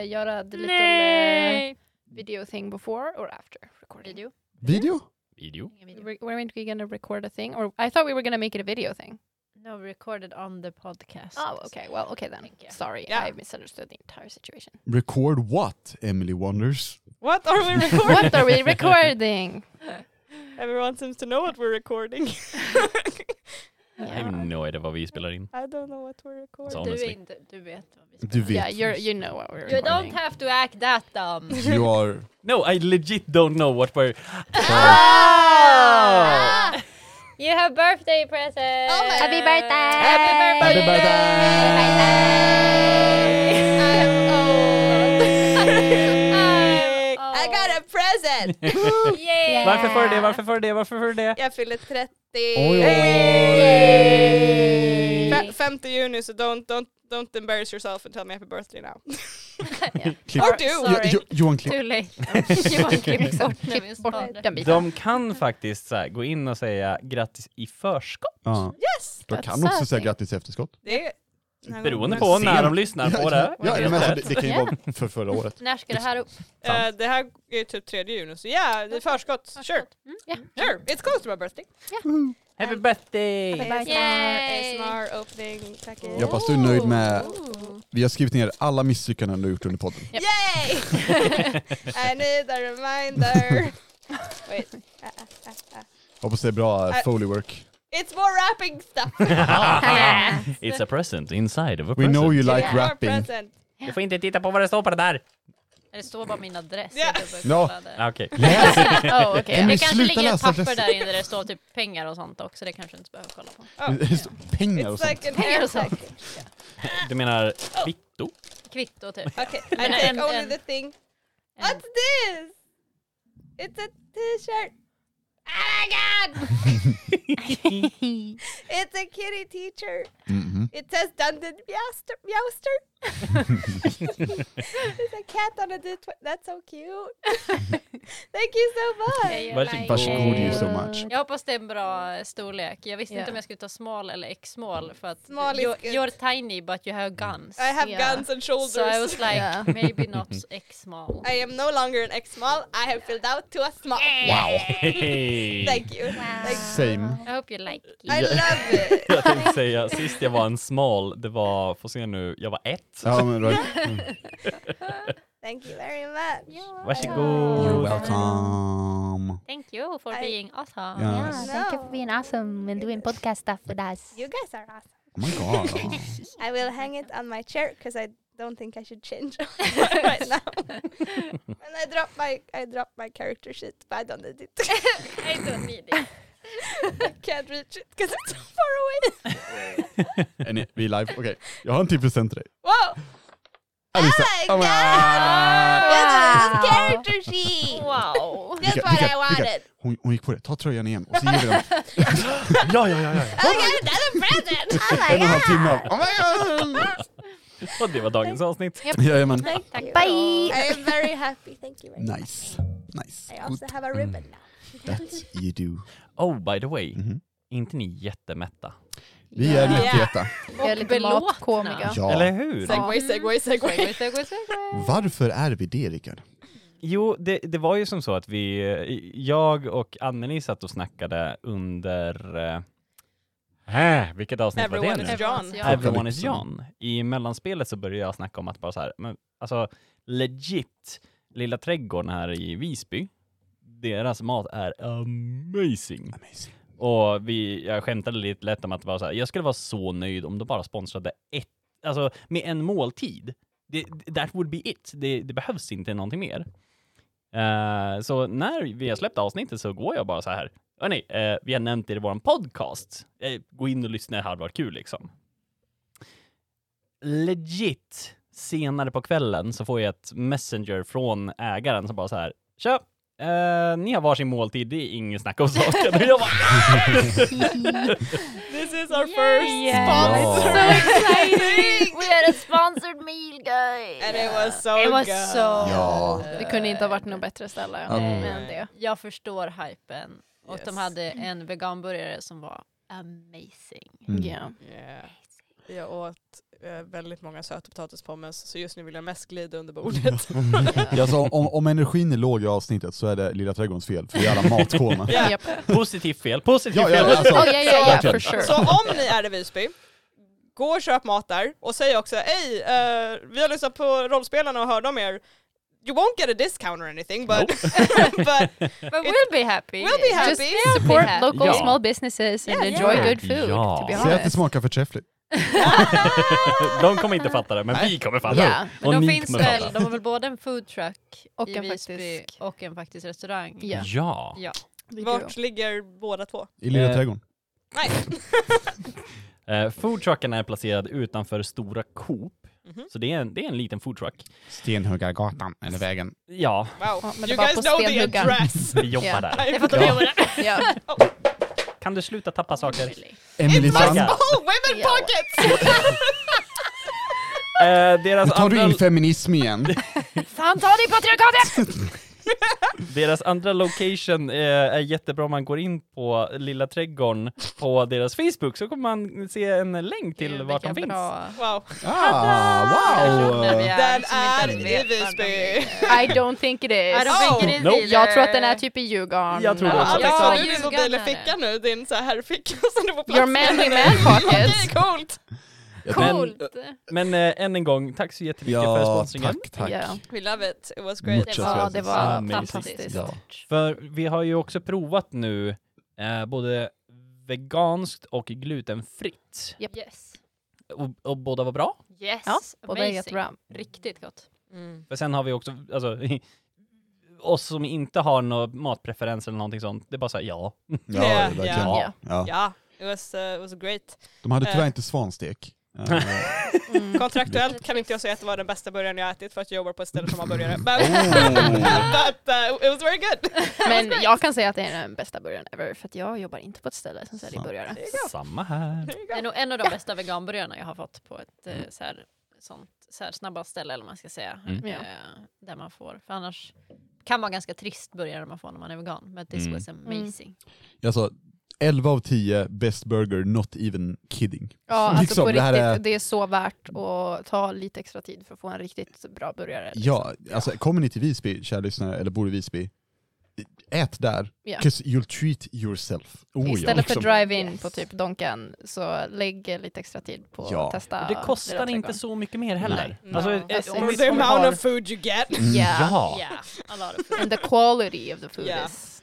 göra the little video thing before or after recording? Video? Weren't we gonna record a thing? Or I thought we were gonna make it a video thing. No, we recorded on the podcast. Oh, okay. Well, okay then. Sorry, I misunderstood the entire situation. Record what, Emily wonders? What are we recording? What are we recording? Everyone seems to know what we're recording. I have no idea vad vi spelar in. I don't know what we're recording. Du vet vad vi Du vet. Yeah, you know what we're You recording. don't have to act that dumb. You are... No, I legit don't know what we're... You have birthday present. Oh my Happy birthday! Happy I got a present! Yay! Varför för det? Jag fyller 30. Oj. 5 juni, so don't embarrass yourself and tell me happy birthday now. Klipp. Or do. Johan klipp. Too late. Klipp bort den biten. De kan faktiskt så här, gå in och säga grattis i förskott. Ja. Yes! De kan också säga grattis i efterskott. Det är... Beroende på när de lyssnar på det. Ja, men alltså, det kan ju vara för förra året. När ska det här upp? det här är typ 3 juni, så ja, det är förskott. Sure. Sure, it's close to my birthday. Happy birthday! ASMR opening package. Jag hoppas du är nöjd med... Vi har skrivit ner alla misslyckanden du har gjort under podden. Yep. Yay! I need a reminder. Wait. Hoppas det är bra Foley work. It's more rapping stuff. It's a present inside of a We present. know you like More rapping. present. Du får inte titta på vad det står på det där. Det står bara min adress. Ja. Okej. Läs! Oh, okay. Emily, Det kanske sluta ligger ett läsa papper adressen. där inne där det står typ pengar och sånt också. Det kanske inte behöver kolla på. Det står pengar och It's sånt. like an Pengar air och sånt. package. Du menar kvitto? Kvitto typ. Okay, I Men take only the thing. en- What's this? It's a t-shirt. Oh my god! It's a kitty t-shirt. Mhm. It says Dundon Meowster. There's a cat on a that's so cute. Thank you so much. Varsågod you so much. Jag hoppas det är en bra storlek. Jag visste Yeah. inte om jag skulle ta small eller X-small för att Small is good. you're tiny but you have guns. I have Yeah. guns and shoulders. So I was like, Yeah. maybe not X-small. I am no longer an X-small. I have filled out to a small. Wow. Thank you. Same. I hope you like it. I love it. Jag tänkte säga, sist jag var en small, det var, får se nu, jag var 1. Ja, men right. Thank you very much. Varsågod. You're welcome. Thank you for being awesome. Yeah. Yeah, thank you for being awesome and doing podcast stuff with us. You guys are awesome. Oh my god. I will hang it on my chair because I don't think I should change right now. And I dropped my character sheet, but I don't need it. I don't need it. I can't reach it because it's so far away. Vi är live. Okej, jag har en till present till dig. Whoa! Alissa. Oh my god! This is character sheet. Wow. Just what I wanted. Hon gick på det. Ta tröjan igen och så ger vi den. Ja. I got another present. Oh my 1,5 timme. Oh my god. Och det var dagens avsnitt. Jajamän. Thank Tack. you. Bye. I am very happy. Thank you very much. Nice. I also have a ribbon now. That you do. Oh, by the way. Mhm. Inte ni jättemätta? Vi är mättheta. Jag är lite matkomiga. Ja. Eller hur? Segway. Varför är vi det, Rickard? Jo, det var ju som så att jag och Anneli satt och snackade under... vilket avsnitt var det Everyone nu? is John. Everyone is John. I mellanspelet så började jag snacka om att bara så här, men alltså legit, Lilla Trädgården här i Visby, deras mat är amazing. Och jag skämtade lite lätt om att vara så här, jag skulle vara så nöjd om de bara sponsrade med en måltid. That would be it. Det behövs inte någonting mer. Så när vi har släppt avsnittet så går jag bara så här. Vi har nämnt det i vår podcast. Gå in och lyssna, det hade varit kul liksom. Legit, senare på kvällen så får jag ett messenger från ägaren som bara så här, tja, ni har varsin måltid, det är ingen snack om saken. Och jag bara, This is our first Yes. sponsor. So exciting! We had a sponsored meal, guys. And it was so It was good. so Ja. Det kunde inte ha varit något bättre ställe än det. Jag förstår hypen. Och Yes. de hade en veganburgare som var amazing. Mm. Yeah. Yeah. Jag åt väldigt många sötpotatispommes, så just nu vill jag mest glida under bordet. Alltså, om energin är låg i avsnittet så är det Lilla Trädgårdens fel, för vi är alla matkoma. Ja. Yep. Positivt fel, positivt Ja, fel. alltså, Yeah, verkligen. for sure. Så om ni är i Visby, gå och köp mat där och säg också, vi har lyssnat på rollspelarna och hörde om er. You won't get a discount or anything, but but But we'll be happy. We'll be happy. Just Yeah. support Yeah. local Ja. small businesses and Yeah, enjoy yeah. good food, Ja. to be Säg att det honest. smakar förträffligt. De kommer inte fatta det, men Nej. vi kommer fatta Ja. det. Men Och de ni finns kommer väl, fatta. de har väl både en food truck Och i en Visby faktisk- och en faktisk restaurang. Ja. Ja. Ja. vart ligger båda två? I Lilla Eh, Trädgården. Nej. Foodtrucken är placerad utanför Stora Coop. Mhm. Så det är en liten foodtruck. Stenhuggargatan, eller vägen. Ja, Wow, Ja, men det you var guys på know the Stenhuggan. address. vi jobbar Ja. där. Det är för att de Ja. jobbar där. Ja. Kan du sluta tappa saker? Emily It's my Sand, small women Ja. pockets! Deras, nu tar du in andra, feminism igen. Fan, ta dig patriarkatet! deras andra location är jättebra. Om man går in på Lilla Trädgården på deras Facebook så kommer man se en länk till vart de finns. Wow. Wow! Den är i Visby. I don't think it is. I don't think it is Nope. either. Jag tror att den är typ i Djurgården. Jag tror det också. Alex, Ja, har du din Djurgården mobil i är fickan nu? Din så här ficka som du får plats Your manly med. man pocket. Okej, coolt. Coolt. Men än en gång, tack så jättemycket för Ja, sponsringen. tack. Ja. We love it. It was great. Muchas Ja, gracias. det var Amazing. fantastiskt. Ja. För vi har ju också provat nu både veganskt och glutenfritt. Yes. Och båda var bra. Yes. Ja, båda är Amazing. jättebra. Riktigt gott. Mm. För sen har vi också, alltså, oss som inte har några matpreferenser eller någonting sånt. Det är bara så här, ja. Ja, Yeah, verkligen. yeah. Ja. Ja, it was great. De hade tyvärr inte svanstek. Kontraktuellt kan inte jag säga att det var den bästa burgaren jag ätit för att jag jobbar på ett ställe som har burgare. But, it was very good. Men jag kan säga att det är den bästa burgaren ever, för att jag jobbar inte på ett ställe som säljer burgare. Samma här. Det är nog en av de bästa veganburgarna jag har fått på ett så här snabba ställe, eller man ska säga. Mm. Ja. Där man får, för annars kan vara ganska trist burgare man får när man är vegan. Men this was amazing. Alltså, 11 av 10 best burger, not even kidding. Ja, alltså Liksom, på det här riktigt, är- det är så värt att ta lite extra tid för att få en riktigt bra burgare. Ja, alltså kommer ni till Visby, kära lyssnare, eller bor i Visby, ät där. Ja. 'Cause you'll treat yourself. Istället för liksom. drive-in Yes. på typ Donken, så lägg lite extra tid på Ja. att testa. Och det kostar Lilla inte Trädgården. så mycket mer heller. Nej. Alltså, No. Alltså, om vi The amount har- of food you get. Yeah. Ja. Yeah, a lot of food. And the quality of the food Yeah. is...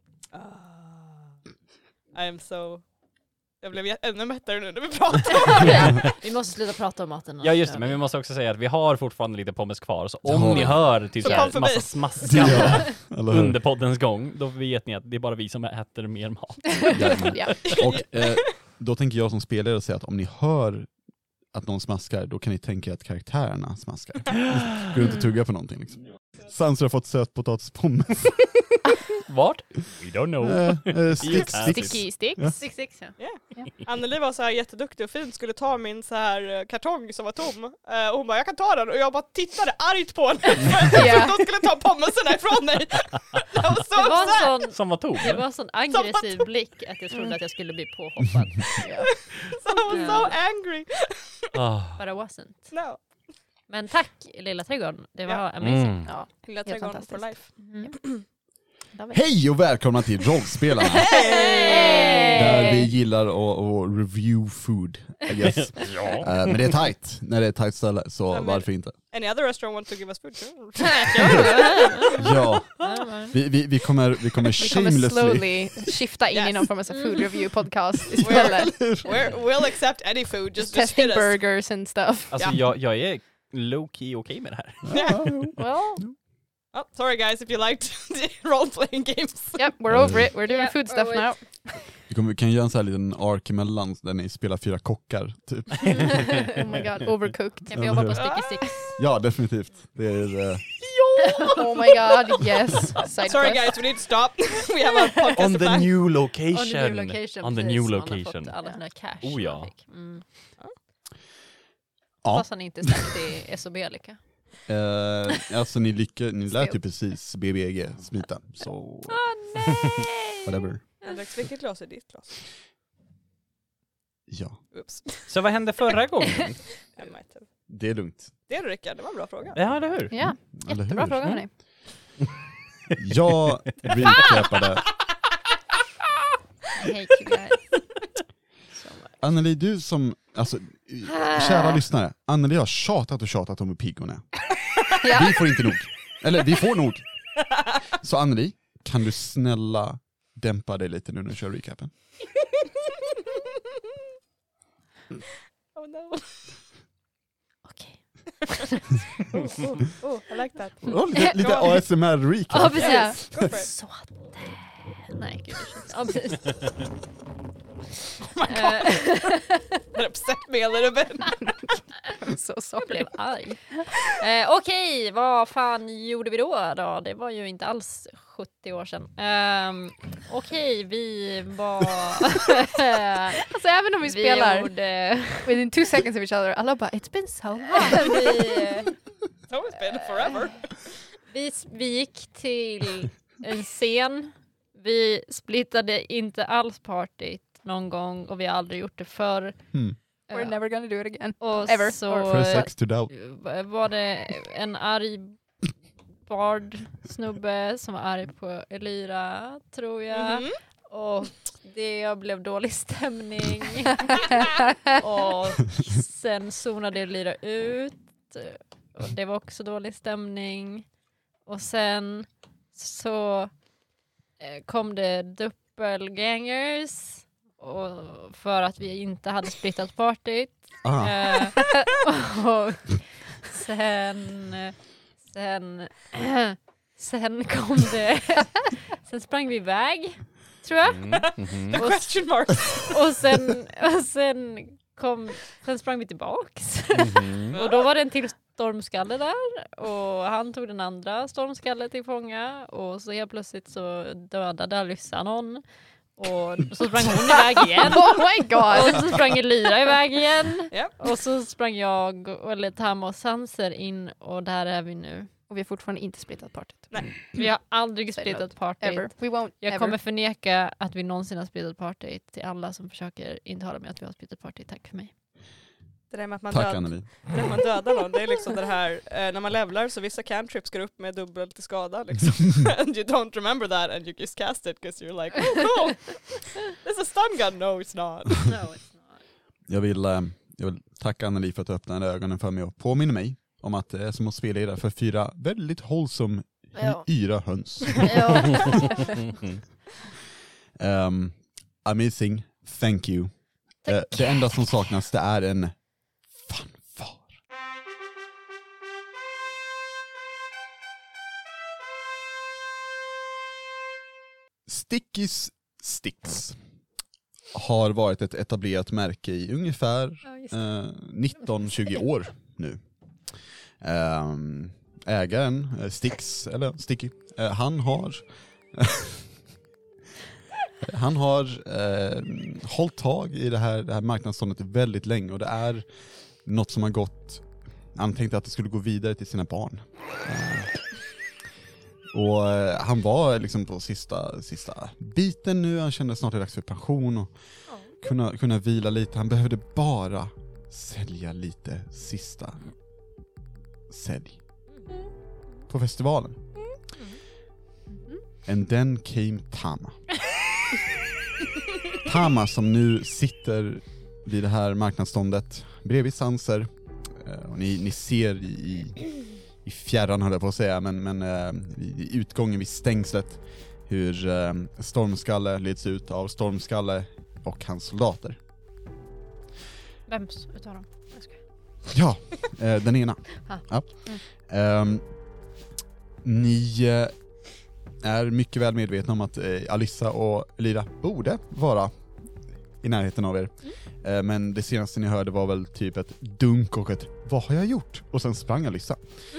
I am so... Jag blev ännu mättare nu när vi pratar. Vi måste sluta prata om maten. Ja just det, men vi måste också säga att vi har fortfarande lite pommes kvar. Så om Ja. ni hör typ Så så här kom förbi. massa smaskande Ja, eller hur? under poddens gång, då vet ni att det är bara vi som äter mer mat. Jajamän. Ja. Och då tänker jag som spelare säga att om ni hör att någon smaskar, då kan ni tänka att karaktärerna smaskar. Gå runt och tugga på någonting liksom. Sanser har fått sötpotatispommes. Vart? We don't know. Sticks. Sticky sticks. Ja. 66, ja. Anneli var så här jätteduktig och fin, skulle ta min så här kartong som var tom. Och hon bara, jag kan ta den. Och jag bara tittade argt på henne. Ja. De skulle ta pommesen ifrån mig. Jag var så Det var en upset. sån, Som var tom. det var en sån aggressiv blick att jag trodde att jag skulle bli påhoppad. Ja. So I was so angry. Ah. But I wasn't. No. Men tack Lilla Trädgården, det var Ja. amazing. Mm. Ja. Lilla Helt trädgården for fantastiskt. life. Love it. Hej och välkomna till Rollspelarna. Där vi gillar att review food, I guess. Ja. Men det är tight. När det är ett tight ställe, så men- varför inte? Any other restaurant want to give us food? Ja, vi kommer Vi kommer shamelessly... slowly skifta in i Yes. någon form av food review podcast istället. We'll accept any food, just Testing hit us. burgers and stuff. Alltså Ja. jag är low-key okej med det här. Ja, Well, Oh, sorry guys if you liked the role-playing games. yep, we're over it. We're doing Yeah, food stuff we're now. vi kan göra en sån här liten ark emellan där ni spelar 4 kockar, typ. Oh my god, overcooked. Kan vi jobba på Sticky Sticks? Ja, definitivt. Det är... Oh my god, yes. Side Sorry quest. guys, we need to stop. We have a podcast On to the plan. new On the location. new location. On the precis. new Man har location. fått alla sina cash. Oh, ja. man fick. Mm. Ja. Fast han inte släppt i SOB lika. Alltså ni lät ju precis BBG smita, så Nej! whatever. Alex, vilket glas är ditt glas? Ja, Oops. Så vad hände förra gången? I might have. det är lugnt. Det är det, Rickard, det var en bra fråga. Ja, eller hur? Ja, Eller jättebra hur? fråga hörni. Jag recapade. I hate you guys. So much. Anneli, du som, alltså, kära lyssnare. Anneli har tjatat om hur pigg hon är. Ja. Vi får inte nog. Eller vi får nog. Så Anneli, kan du snälla dämpa dig lite nu när du kör recapen? Oh no. Okej. I like that. Lite ASMR-recap. Ja, precis. Go for it. Så att... Nej, gud. Ja, precis. That upset me a little bit. Så Jag blev arg. Okej, vad fan gjorde vi då? Det var ju inte alls 70 år sedan. Okej, vi var... Alltså även om vi spelar gjorde... within 2 seconds of each other, alla bara it's been so long. It's always been forever. Vi gick till en scen. Vi splittade inte alls partyt någon gång och vi har aldrig gjort det förr. We're never gonna do it again. Och ever. så For sex to doubt. var det en arg bard-snubbe som var arg på Elira, tror jag. Mhm. Och det blev dålig stämning. Och sen zonade Elira ut. Och det var också dålig stämning. Och sen så kom det doppelgangers. Och för att vi inte hade splittat partyt. Och sen kom det. Sen sprang vi iväg, tror jag. The question marks. Och sen sprang vi tillbaks. Och då var det en till stormskalle där. Och han tog den andra stormskalle till fånga. Och så helt plötsligt så dödade Alyssa någon. Och så sprang hon iväg igen. Oh my god! Och så sprang Elira iväg igen. Yep. Och så sprang jag och Tamma och Sanser in. Och där är vi nu. Och vi har fortfarande inte splittat partyt. Vi har aldrig splittat partyt. Ever. We won't Jag ever. kommer förneka att vi någonsin har splittat partyt till alla som försöker intala mig att vi har splittat partyt. Tack för mig. Det där med att man, Tack Anneli. man dödar någon, det är liksom det här, när man levlar så vissa cantrips går upp med dubbel till skada liksom. And you don't remember that and you just cast it because you're like, oh cool, there's a stun gun. No it's not. No, it's not. Jag vill tacka Anneli för att du öppnade ögonen för mig och påminner mig om att det är som att spela i det för 4 väldigt hållsom Ja. yra höns. Ja. Amazing, thank you. Det enda som saknas det är en fanfar. Sticky's Sticks har varit ett etablerat märke i ungefär 19-20 år nu. Ägaren, Sticks, eller Sticky, han har hållit tag i det här marknadsståndet väldigt länge och det är något som har gått, han tänkte att det skulle gå vidare till sina barn. Och han var liksom på sista biten nu, han kände snart det är dags för pension och kunna vila lite. Han behövde bara sälja lite sista sälj på festivalen. And then came Tama. Tama som nu sitter vid det här marknadsståndet bredvid Sanser. Och ni ser i fjärran höll jag på att säga, men i utgången vid stängslet hur Stormskalle leds ut av Stormskalle och hans soldater. Vems utav dem? Ja, den ena. Ja. Ni är mycket väl medvetna om att Alyssa och Elira borde vara i närheten av er. Men det senaste ni hörde var väl typ ett dunk och ett vad har jag gjort? Och sen sprang Alyssa.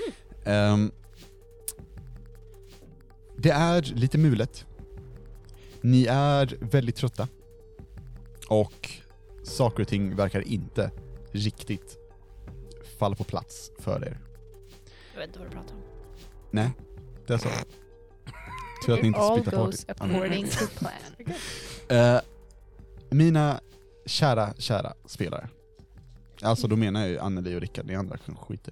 Det är lite mulet. Ni är väldigt trötta. Och saker och ting verkar inte riktigt falla på plats för er. Jag vet inte vad du pratar om. Nej, det är så. Tur att ni inte All splittar goes party. according to plan. Mina kära spelare. Alltså då menar jag ju Anneli och Rickard, ni andra kan skita.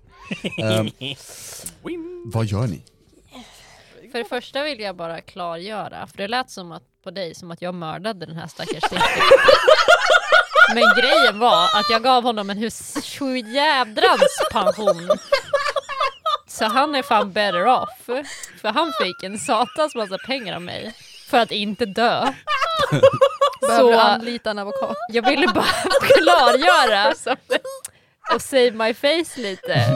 Vad gör ni? För det första vill jag bara klargöra, för det lät som att på dig som att jag mördade den här stackars Stimpy. Men grejen var att jag gav honom en jädrans pension. Så han är fan better off. För han fick en satans massa pengar av mig för att inte dö. Behöver du Så anlita en advokat? jag ville bara klargöra och save my face lite.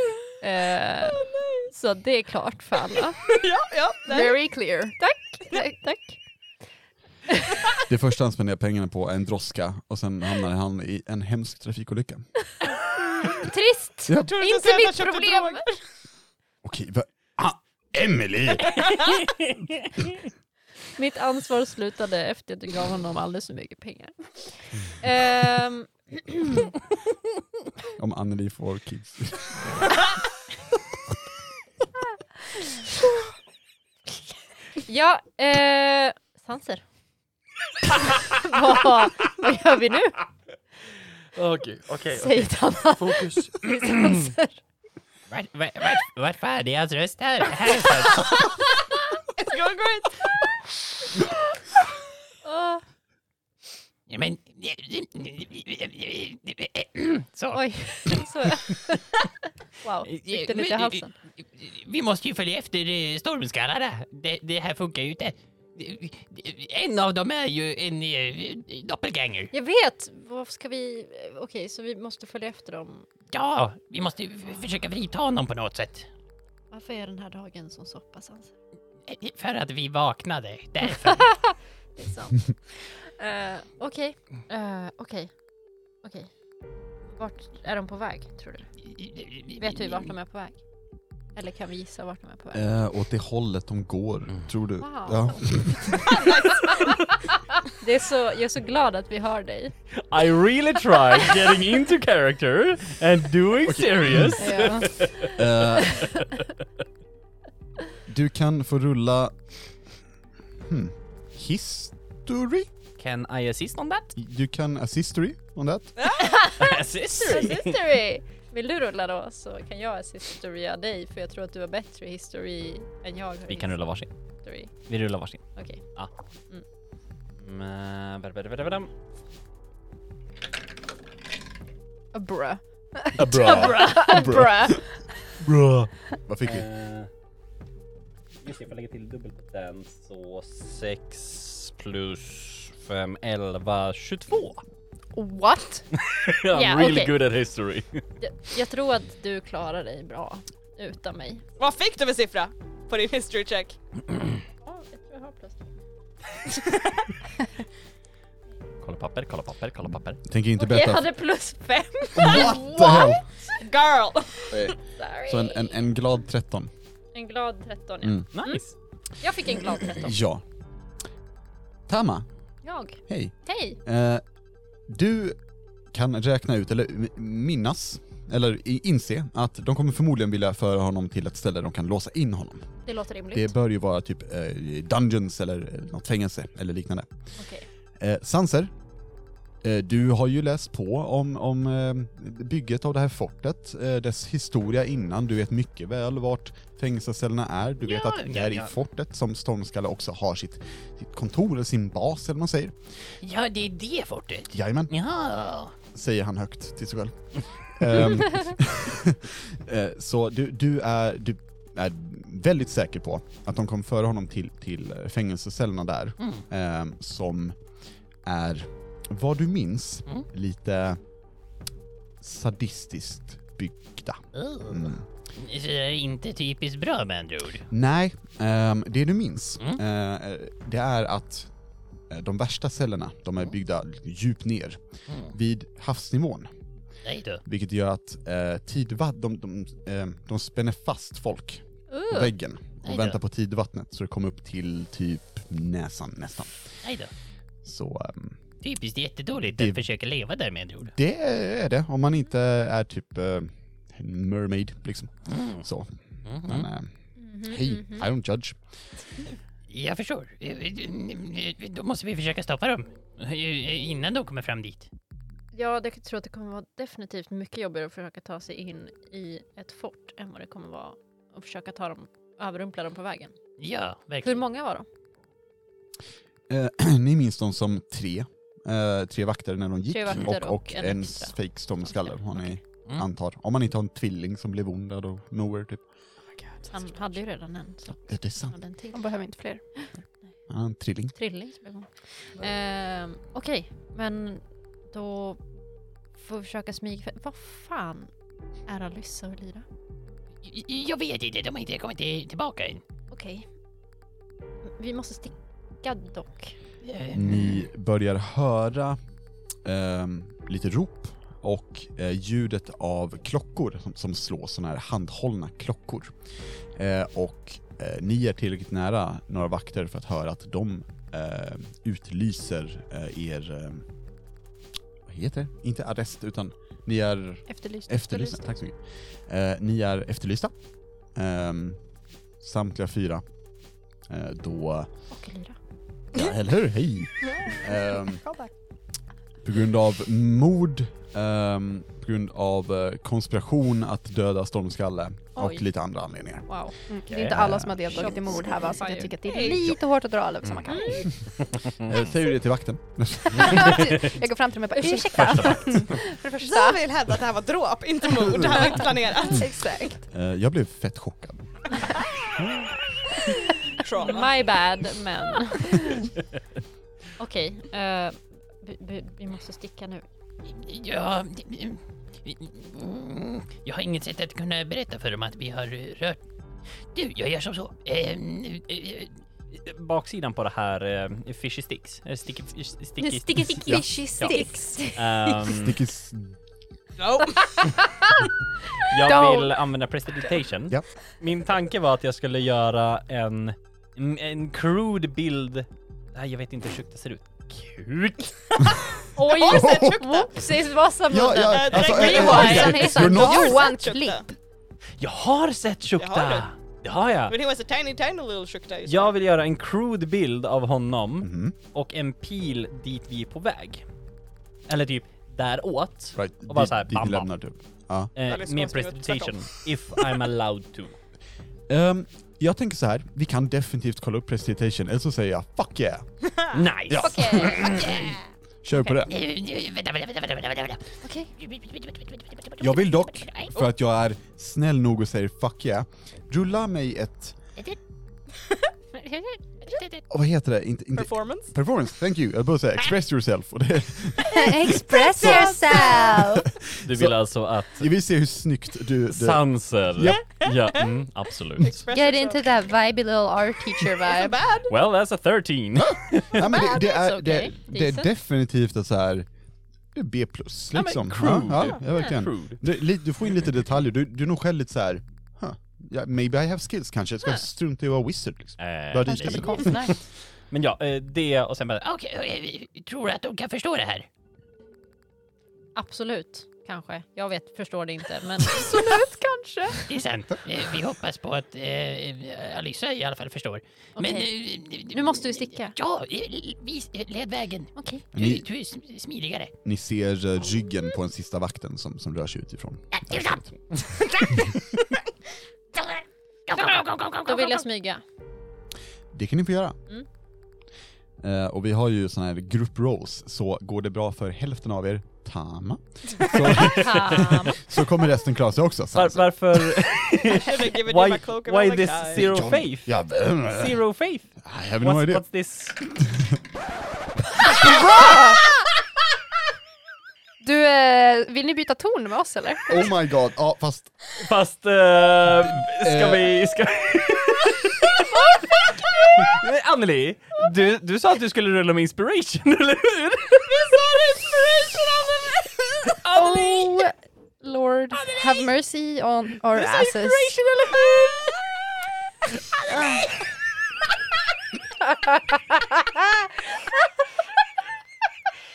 Så det är klart för alla. Ja, Very clear. Tack. Det första han spenderar pengarna på är en droska och sen hamnar han i en hemsk trafikolycka. Trist! Ja. Jag tror Inte inte säga mitt att jag köpte problem. droger. Okej, Emily! Mitt ansvar slutade efter att jag gav honom alldeles för mycket pengar. Om Anneli får kids. Ja, Sanser. Vad gör vi nu? Okej. Säger Tanna. Fokus. Sanser. Vart fan är deras röst här? It's going great. Men... Så. Oj, så. Wow, gick det lite i halsen? Vi måste ju följa efter stormskallarna. Det här funkar ju inte. En av dem är ju en doppelganger. Jag vet, vad ska vi... Okej, så vi måste följa efter dem. Ja, vi måste försöka vrita honom på något sätt. Varför är den här dagen som soppa, Sanser? För att vi vaknade, därför. Det är sant. Okej. Vart är de på väg, tror du? Vet vi vart de är på väg? Eller kan vi gissa vart de är på väg? Åt det hållet de går, tror du? Wow. Ja. Jag är så glad att vi hör dig. I really tried getting into character and doing serious. Ja. Du kan få rulla history? Can I assist on that? You can assistory on that? History! Vill du rulla då så kan jag assistorya dig, för jag tror att du har bättre history än jag har. Vi kan rulla varsin. History. Vi rullar varsin. Okej. Ja. Bruh. Bra. Bra. Vad fick vi? Just det, jag får lägga till dubbelt på den. Så 6 plus 5, 11, 22. What? I'm Ja, really okej. good at history. Jag tror att du klarar dig bra utan mig. Vad fick du för siffra på din history check? Ja, jag tror jag har plus. Kolla papper. Tänker inte Okej, jag berätta. hade plus 5. What the hell? Girl! Sorry. Så en glad 13. En glad 13, ja. Mm. Nice. Jag fick en glad 13. Ja. Tama, Jag. hej. Hej. Du kan räkna ut, eller minnas, eller inse att de kommer förmodligen vilja föra honom till ett ställe där de kan låsa in honom. Det låter rimligt. Det bör ju vara typ dungeons eller något fängelse eller liknande. Okej. Sanser, du har ju läst på om bygget av det här fortet, dess historia innan. Du vet mycket väl vart fängelsecellerna är. Du vet att det är i fortet som Stormskalle också har sitt kontor eller sin bas eller vad man säger. Ja, det är det fortet. Jajamän, Ja. säger han högt till sig själv. Så du är väldigt säker på att de kommer föra honom till fängelsecellerna där, som är, vad du minns, lite sadistiskt byggda. Så det är inte typiskt bra med andra ord. Nej, det du minns, det är att de värsta cellerna, de är byggda djupt ner vid havsnivån. Nej då. Vilket gör att de spänner fast folk på väggen och väntar på tidvattnet så det kommer upp till typ näsan nästan. Nej då. Så Typiskt jättedåligt Det- att försöka leva där med andra ord. det är det, om man inte är typ en mermaid liksom. Så. Men hej, I don't judge. Jag förstår. Då måste vi försöka stoppa dem. Innan de kommer fram dit. Ja, jag tror att det kommer vara definitivt mycket jobbigare att försöka ta sig in i ett fort än vad det kommer vara att försöka överrumpla dem på vägen. Ja, Hur verkligen. många var de? Ni minns dem som 3. 3 vakter när de gick 3 vakter och en extra. fake stormskalle har ni Mm. antar. Om man inte har en tvilling som blev ond då nowhere typ. Han hade ju redan en. Så Det är sant. hade en till. Man behöver inte fler. Han har en trilling. Trilling som blev hon. Okej, men då får vi försöka smyga. Vad fan är Alyssa och Lyra? Jag vet inte, de har inte kommit tillbaka än. Okej. Vi måste sticka dock. Ni börjar höra lite rop och ljudet av klockor som slås, såna här handhållna klockor. Ni är tillräckligt nära några vakter för att höra att de utlyser er... vad heter det? Inte arrest, utan ni är efterlysta. Tack så mycket. Ni är efterlysta. Samtliga 4. Då... Och Lyra. Ja, eller hur? Hej! På grund av mord, på grund av konspiration att döda Stormskalle och Oj. lite andra anledningar. Wow. Det är inte alla som har deltagit i mord här, va? Så jag tycker att det är lite hårt att dra alla över samma kam. Säger du det till vakten? Jag går fram till dem och bara, ursäkta. För det första. Jag vill hävda att det här var dråp, inte mord. Det här var inte planerat. Exakt. Jag blev fett chockad. Trauma. My bad, men... Okej, vi måste sticka nu. Ja, jag har inget sätt att kunna berätta för dem att vi har rört. Du, jag gör som så. Baksidan på det här fishy sticks. Sticky Fishy sticks. Stickis... Jag vill använda prestidigitation. Ja. Min tanke var att jag skulle göra en crude bild. Nej, jag vet inte hur tjukt det ser ut. Kuk. Oj, Har du sett tjockt? Whoopsies, Vasamunnen. Johan Klipp. Jag har sett Det har tjukta. Det har jag. But he was a tiny little Shukta. Jag vill göra en crude bild av honom Mhm. och en pil dit vi är på väg. Eller typ däråt. Right. Och bara så här, Dit bam, vi bam. lämnar typ. Ja. Eller så Med måste vi göra prestidigitation. If I'm allowed to. Jag tänker så här, vi kan definitivt kolla upp prestidigitation, eller så säger jag fuck yeah. Nice! Ja. Kör på det. Vänta. Okej. Jag vill dock, för att jag är snäll nog och säger fuck yeah, rulla mig ett... vad heter det? Inte Performance. performance, thank you. Jag börjar säga express yourself. Och det, Express yourself! Du vill alltså att jag vill se hur snyggt du... sanser... Japp. Ja, absolut. Express Get yourself. into that vibey little art teacher Not vibe. bad. Well, that's a 13. Ja, men det That's är, okay. det är Decent. definitivt att så här, det är B+, men liksom. crude. Ja, verkligen. Crude. Du får in lite detaljer, du är nog själv lite så här, yeah, maybe I have skills kanske, jag ska strunta i att vara wizard liksom. Bara Kanske dit. lite konstnär. Men ja, det och sen bara... Okej, tror att de kan förstå det här? Absolut, kanske. Jag förstår det inte, men... Absolut, kanske. Det är sant. Vi hoppas på att Alyssa i alla fall förstår. Men Nu måste vi sticka. Ja, led vägen. Okej. Du är smidigare. Ni ser ryggen på den sista vakten som rör sig utifrån. Det är sant. Då vill jag smyga. Det kan ni få göra. Mm. Och vi har ju såna här group roles, så går det bra för hälften av er, Tama, så kommer resten klara sig också. Varför... Should have given you my cloak and why I'm like, this "Guys." zero faith? Ja, Zero faith? I have no idea. What's this? Du, vill ni byta ton med oss eller? Oh my god, ja fast... Fast, ska vi... Men Anneli, du sa att du skulle rulla med inspiration, eller hur? Vi sa inspiration Oh, Lord, have mercy on our asses. eller hur?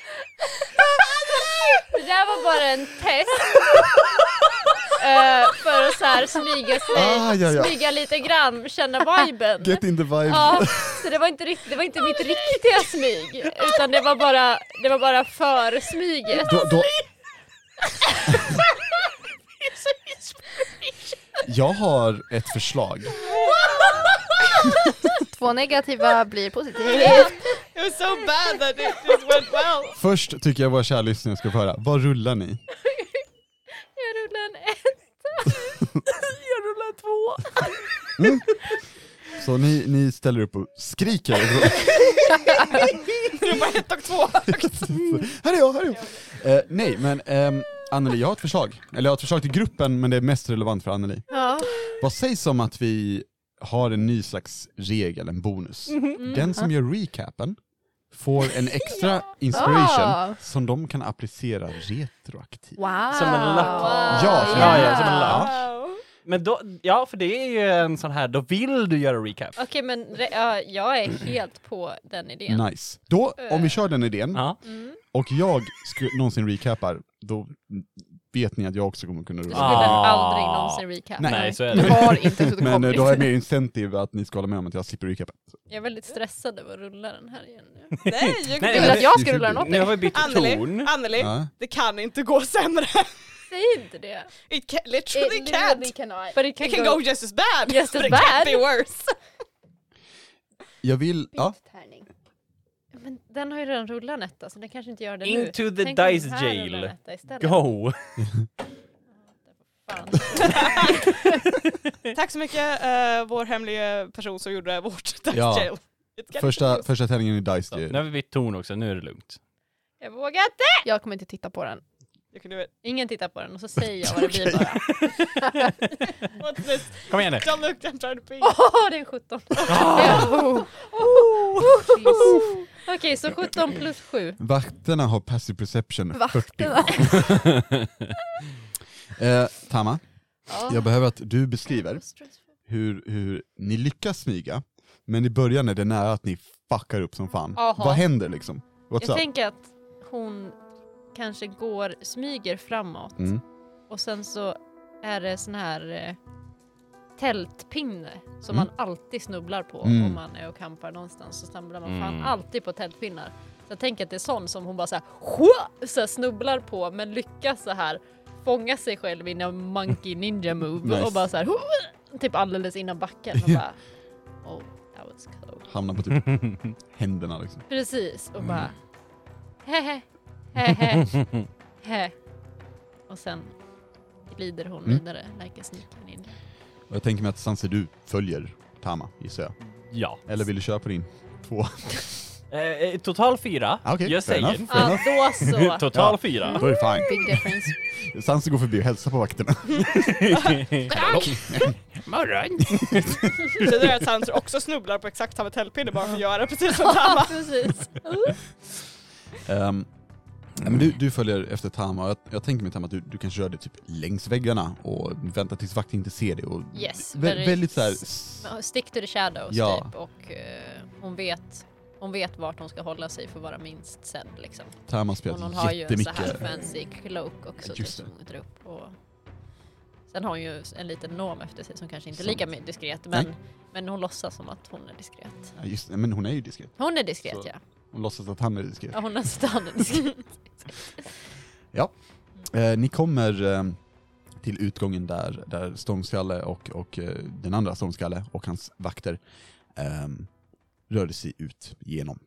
Det där var bara en test. För för att så här smyga sig, smyga lite grann, känna viben. Get in the vibe. Ja, så det var inte mitt riktiga smyg, utan det var bara för smyget. Då... Jag har ett förslag. 2 negativa blir positivt. It was so bad that it just went well. Först tycker jag våra kära lyssnare ska få höra. Vad rullar ni? Jag rullar en 1. Jag rullar 2. Mm. Så ni ställer upp och skriker. Det är bara 1 och 2. Här är jag. Nej, men Anneli, jag har ett förslag. Eller jag har ett förslag till gruppen, men det är mest relevant för Anneli. Ja. Vad sägs om att vi har en ny slags regel, en bonus? Den som gör recapen får en extra inspiration som de kan applicera retroaktivt. Wow. Som en lapp. Ja, som en lapp. Wow. Men då, ja, för det är ju en sån här, då vill du göra recap. Okej, men jag är helt på den idén. Nice. Då, om vi kör den idén Ja. och jag någonsin recapar, då vet ni att jag också kommer kunna Du rulla. skulle aldrig någonsin recap. Nej. Så är Du det. har inte Men kommit. då har jag mer incentive att ni ska hålla med om att jag slipper recapa. Jag är väldigt stressad över att rulla den här igen nu. Nej, Du vill att jag ska rulla den åt Nu dig? har vi bytt ton. Anneli, Ja. det kan inte gå sämre. Säg inte det. It literally It can't. literally cannot. But it It can go just as bad. Just but as it can't bad? be worse. Jag vill, ja. Tärning. Men den har ju redan rullat en etta, så den kanske inte gör det nu. Into the Tänk om dice den här jail. rullar en etta istället. Go! Fan. Tack så mycket, vår hemliga person som gjorde vårt dice Ja. jail. It's getting Första tärningen i Dice. Så, nu har vi bytt ton också, nu är det lugnt. Jag vågar inte! Jag kommer inte titta på den. You can do it. Ingen tittar på den och så säger jag vad det blir bara. What's this? Kom igen nu. Don't look, I'm trying to pee. Åh, det är en 17. Oh. Okej, så 17 plus 7. Vakterna har passive perception 40. Vakterna. Tama, jag behöver att du beskriver hur ni lyckas smyga, men i början är det nära att ni fuckar upp som fan. Aha. Vad händer liksom? What's Jag up? tänker att hon kanske smyger framåt. Och sen så är det sån här tältpinne som man alltid snubblar på om man är och campar någonstans. Så snubblar man fan alltid på tältpinnar. Så jag tänker att det är sån som hon bara så här snubblar på, men lyckas så här fånga sig själv i en monkey ninja move. Nice. Och bara så här typ alldeles innan backen och bara oh, that was close. Hamnar på typ händerna liksom. Precis, och bara hehe. Och sen glider hon vidare like a sneaky ninja. Och jag tänker mig att Sanse, du följer Tama, gissar jag. Ja. Eller vill du köra på din 2? Total 4. Okej, Jag fair säger. enough. Ja, då så. Total Ja. 4. Då är det fine. Big difference. Sanse går förbi och hälsar på vakterna. Morgon. Betyder det att Sanser också snubblar på exakt samma tältpinne bara för att göra precis som Tama? Precis. Men du följer efter Tama. Jag tänker mig Tama att du kanske rör dig typ längs väggarna och väntar tills vakten inte ser dig. Och Yes, väldigt så här. stick to the shadows Ja. typ, och hon vet vart hon ska hålla sig för att vara minst sedd liksom. Tama Och spelat hon har ju en så här jättemycket. fancy cloak också Just typ, det. som hon drar upp. Och sen har hon ju en liten nom efter sig som kanske inte är Sant. lika diskret, men hon låtsas som att hon är diskret. Ja, just, men hon är ju diskret. Hon är diskret, Så- ja. Hon låtsas att han är diskret. Ja, hon är stannad diskret. Ni kommer till utgången där Stormskalle och den andra Stormskalle och hans vakter rörde sig ut genom.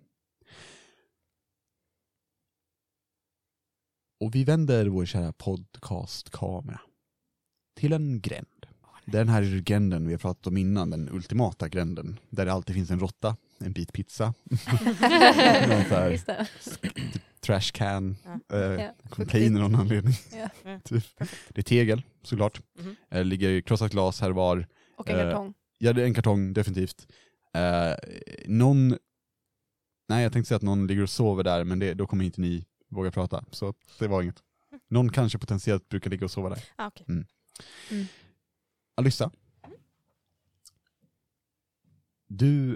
Och vi vänder vår kära podcastkamera till en gränd. Den här gränden vi har pratat om innan, den ultimata gränden. Där det alltid finns en råtta, en bit pizza, någon så här Just det. trash can, Ja, container någon anledning. Ja. Typ. Det är tegel, såklart. Ligger krossat glas här var. Och en kartong. Ja, det är en kartong, definitivt. Nej, jag tänkte säga att någon ligger och sover där, men då kommer inte ni våga prata. Så det var inget. Någon kanske potentiellt brukar ligga och sova där. Okay. Alyssa. Du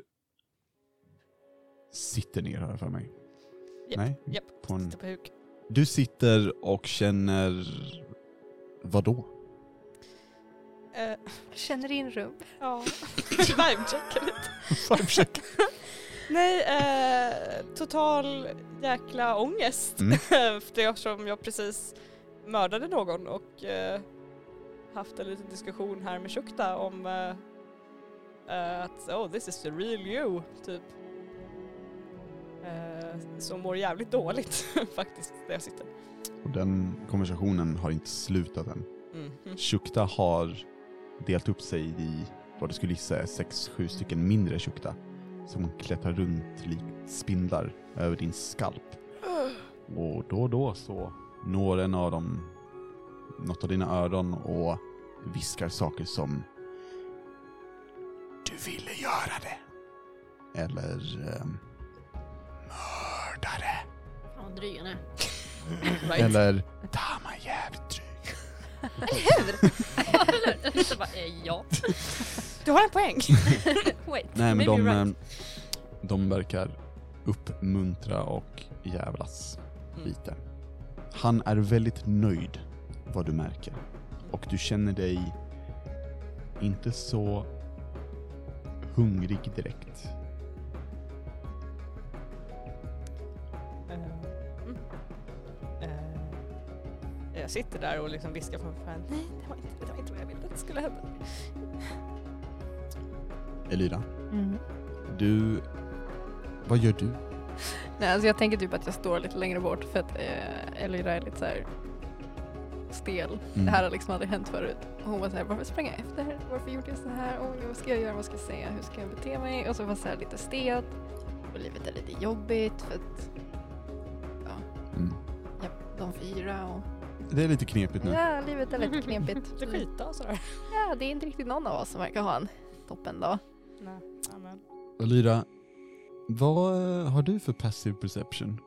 sitter ner här för mig. Japp, Nej? japp. På en... Sitter på huk. Du sitter och känner... Vad då? Känner in rum. Ja. Vibe-checka lite. Nej, total jäkla ångest. Eftersom jag precis mördade någon och haft en liten diskussion här med Shukta om att this is the real you, typ. Som mår jävligt dåligt faktiskt, där jag sitter. Och den konversationen har inte slutat än. Mm. Shukta har delat upp sig i vad det skulle gissa är 6-7 stycken mindre Shukta som klättrar runt likt spindlar över din skalp. Och då så når en av dem något av dina öron och viskar saker som du ville göra det. Eller mördare. Ja, dryga nu. Right. Eller Tama jävligt dryg. Lite bara, ja. Du har en poäng. Wait, Nej, men maybe you're right. de verkar uppmuntra och jävlas lite. Han är väldigt nöjd, vad du märker. Och du känner dig inte så hungrig direkt. Jag sitter där och liksom viskar för fan. Nej, det var inte vad jag ville att det skulle hända. Elira, vad gör du? Nej, alltså jag tänker typ att jag står lite längre bort för att Elira är lite så här stel. Det här har liksom aldrig hänt förut. Och hon var så här, varför sprang jag efter? Varför gjorde jag så här? Vad ska jag göra? Vad ska jag säga? Hur ska jag bete mig? Och så var så här lite stel. Och livet är lite jobbigt för att de 4 och Det är lite knepigt nu. ja, livet är lite knepigt. Det skita och sådär. Ja, det är inte riktigt någon av oss som verkar ha en toppen dag. Nej, amen. Elira, vad har du för passive perception?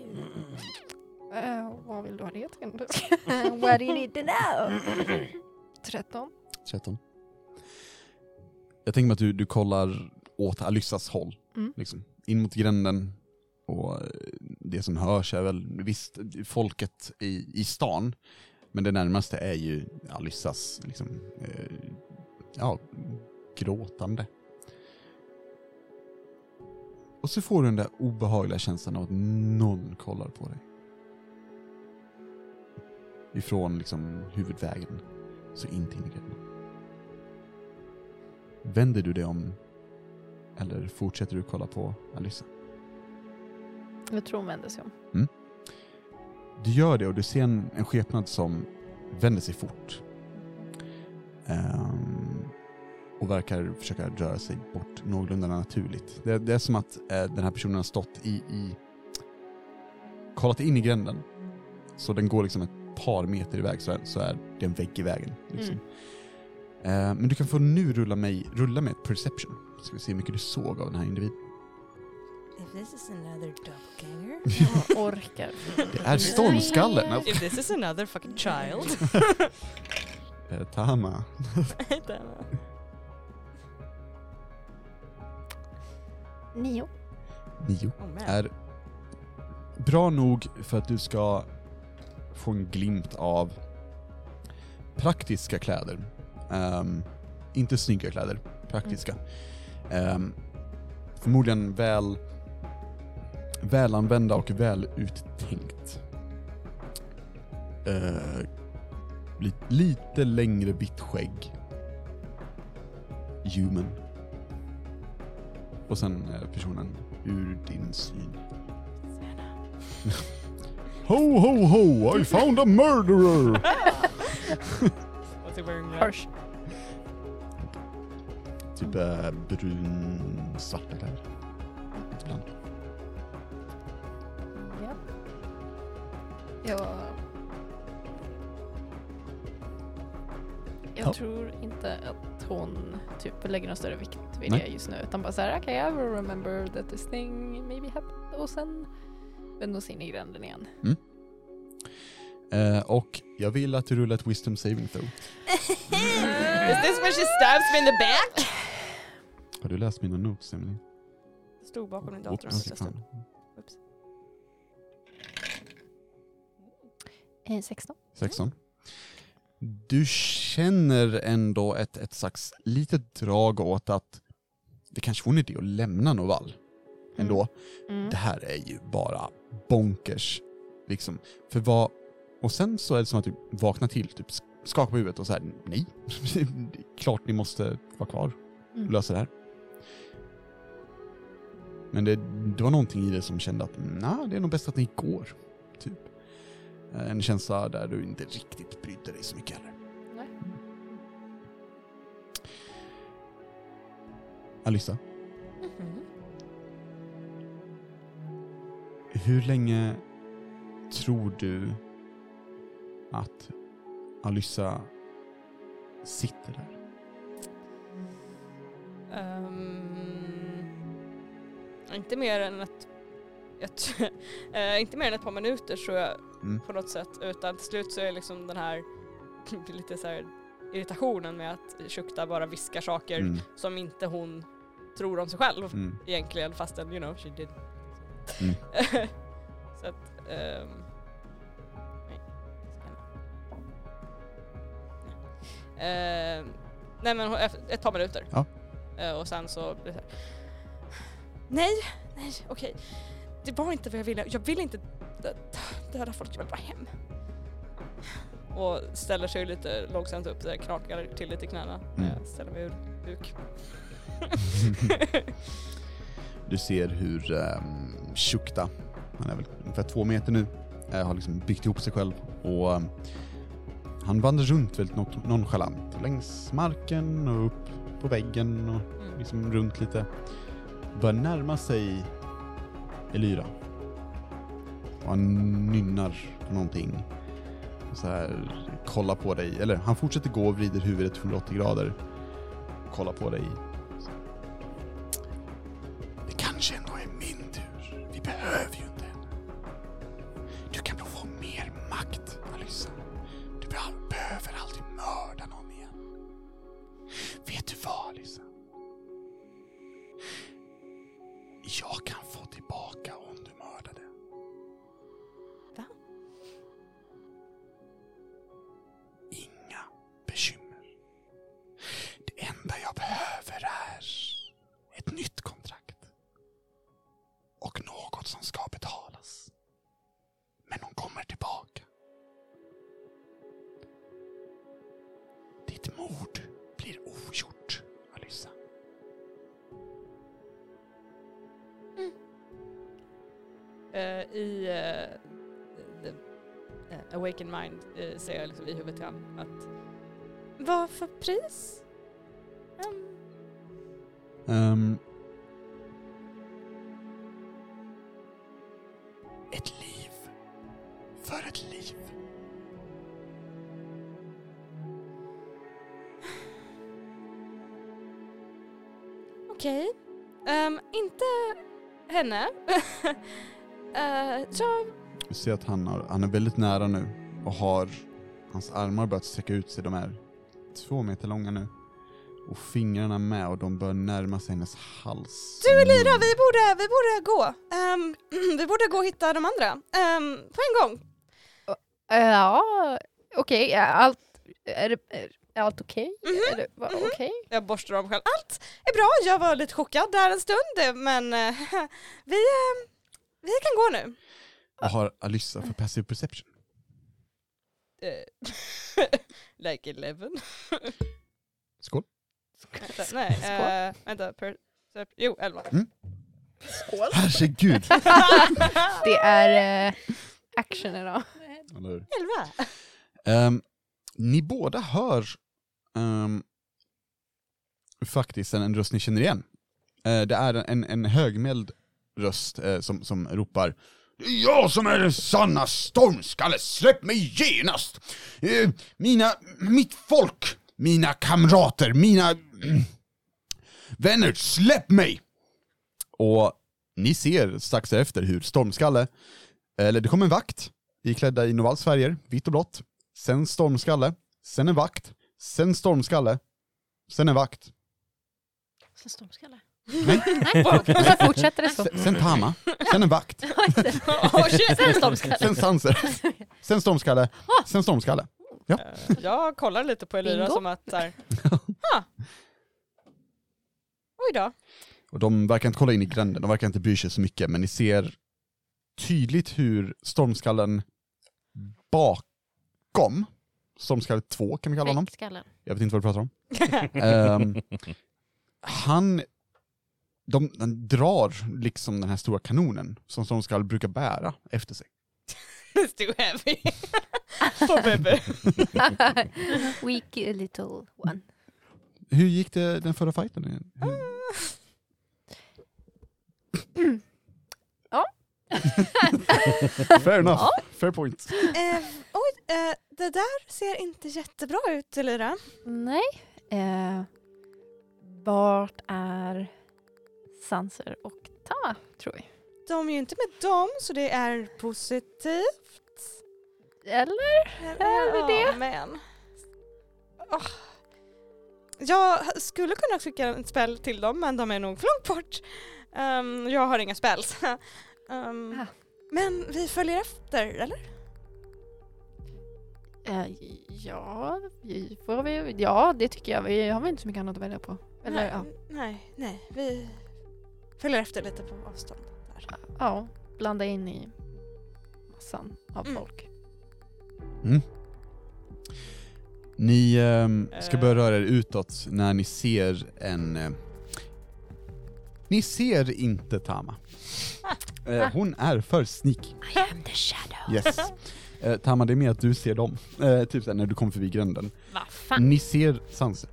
Vad vill du ha det till? What do you need to know? 13. 13. Jag tänker mig att du kollar åt Alyssas håll. Liksom, in mot gränden. Och det som hörs är väl visst folket i stan. Men det närmaste är ju Alyssas liksom, gråtande. Och så får du den där obehagliga känslan av att någon kollar på dig. Ifrån liksom huvudvägen så in till gränden. Vänder du dig om eller fortsätter du kolla på Alyssa? Jag tror hon vänder sig om. Du gör det och du ser en skepnad som vänder sig fort. Och verkar försöka röra sig bort någorlunda naturligt. Det är som att den här personen har stått kollat in i gränden. Så den går liksom ett par meter iväg så är det en vägg i vägen. Liksom. Men du kan få nu rulla med ett perception. Ska vi se hur mycket du såg av den här individen. If this is another doppelganger. Jag orkar. Det är stormskallen. If this is another fucking child. Tama. Nio. 9 är bra nog för att du ska få en glimt av praktiska kläder. Inte snygga kläder, praktiska. Förmodligen väl använda och väl uttänkt. Lite längre vitt skägg. Human. Och sen är personen ur din syn. Ho, ho, ho! I found a murderer! What's he wearing now? Harsh. Typ brun-svarta kläder. Ibland. Ja. Jag Ja. tror inte att hon typ lägger någon större vikt vid Nej. det just nu. Utan bara såhär, okay, I will remember that this thing maybe happened. Och sen vänder hon sig in i gränden igen. Och jag vill att du rullar ett wisdom saving throw. Is this when she stabs me in the back? Har du läst mina notes, Emily? Stod bakom min dator. Oops, fan. 16. 16. Du känner ändå ett slags litet drag åt att det kanske vore en idé att lämna Noval ändå. Det här är ju bara bonkers. Liksom. För vad... Och sen så är det som att du vaknar till, typ skakar på huvudet och så här: nej, det är klart ni måste vara kvar och lösa det här. Men det var någonting i det som kände att det är nog bäst att ni går. Typ. En känsla där du inte riktigt brydde dig så mycket heller. Nej. Alyssa. Hur länge tror du att Alyssa sitter där? Inte mer än inte mer än ett par minuter tror jag på något sätt, utan till slut så är liksom den här lite så här irritationen med att Shukta bara viskar saker som inte hon tror om sig själv egentligen, fastän she did. Så att nej men ett par minuter. Ja. Och sen så blir det så här: Nej, okej. Det var inte vad jag ville. Jag vill inte döda folk, jag vill bara hem. Och ställer sig lite långsamt upp där, knakar till lite knäna. Ställer mig ur buk. Du ser hur Shukta, han är väl ungefär 2 meter nu, har liksom byggt ihop sig själv och han vandrar runt väldigt nonchalant längs marken och upp på väggen och liksom runt lite. Börjar närma sig Elyra. Och han nynnar på någonting. Och så här kollar på dig. Eller han fortsätter gå och vrider huvudet 180 grader. Kollar på dig. Det kanske ändå är min tur. Vi behöver ju inte henne. Du kan nog få mer makt, Alyssa. Du behöver aldrig mörda någon igen. Vet du vad, Alyssa? Jag kan få tillbaka om du mördade. Va? Inga bekymmer. Det enda jag behöver är ett nytt kontrakt. Och något som ska betalas. Men hon kommer tillbaka. Ditt mord blir ogjort, Alyssa. I the Awakened Mind säger jag liksom i huvudet till han att vad för pris? Ett liv för ett liv. Okej. Inte henne. Du ser att han är väldigt nära nu och har hans armar börjat sträcka ut sig. De är 2 meter långa nu. Och fingrarna med och de börjar närma sig hennes hals. Du Elyra, vi borde gå. Vi borde gå och hitta de andra. På en gång. Ja, okej. Är allt okej? Okej? Jag borstar om själv. Allt är bra. Jag var lite chockad där en stund. Men vi kan gå nu. Vad har Alyssa för passive perception? Like 11. Skål. Vänta. Jo, 11. Skål. Herregud. Det är action idag. 11. Ni båda hör faktiskt en röst ni känner igen. Det är en högmäld röst som ropar: jag som är den sanna Stormskalle, släpp mig genast! Mitt folk, mina kamrater, mina vänner, släpp mig! Och ni ser strax efter hur Stormskalle, eller det kommer en vakt iklädda i Novals färger, vitt och blått. Sen Stormskalle, sen en vakt, sen Stormskalle, sen en vakt. Sen Stormskalle? Nej. Fortsätter det så? Sen Tama, sen en vakt. Sen Stormskalle. Sen Sanser. Sen Stormskalle. Sen Stormskalle. Ja. Jag kollar lite på Elira Bingo. som att såhär, oj då. Och de verkar inte kolla in i gränden, de verkar inte bry sig så mycket, men ni ser tydligt hur stormskallen bakom, stormskallen 2 kan vi kalla honom. Fäckskallen. Jag vet inte vad du pratar om. Han drar liksom den här stora kanonen som stormskall brukar bära efter sig. It's too heavy. For baby. Weak little one. Hur gick det den förra fighten igen? Ja. Fair enough. Fair point. Det där ser inte jättebra ut, Elira. Nej. Vart är Sanser och Tama, tror vi? De är ju inte med dem, så det är positivt. Eller? Är det? Men. Jag skulle kunna skicka en spel till dem, men de är nog för långt bort. Jag har inga spells. Men vi följer efter, eller? Ja, det tycker jag. Vi har väl inte så mycket annat att välja på. Eller, Nej. Vi följer efter lite på avstånd. Där. ja, blanda in i massan av folk. Mm. Ni ska börja röra er utåt när ni ser en... ni ser inte Tama. Hon är för sneaky. I am the shadow. Yes. Tama, det är mer att du ser dem. Typ såhär, när du kommer förbi gränden. Vad fan? Ni ser Sanser.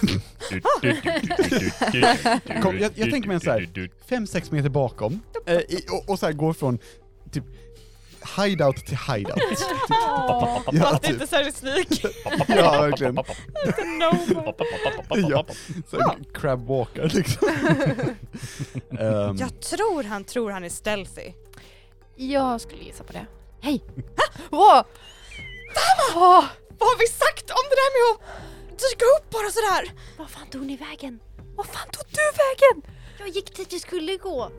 Jag tänker mig så här 5-6 meter bakom. Och så här går från typ hideout till hideout. Ja, Fast typ. inte särskilt slik. Ja, verkligen. Ja, så crab walker liksom. Jag tror han är stealthy. Jag skulle gissa på det. Hej! Åh! Vad har vi sagt om det där med att dyka upp bara sådär? Vad fan tog ni vägen? Vad fan tog du vägen? Jag gick dit vi skulle gå.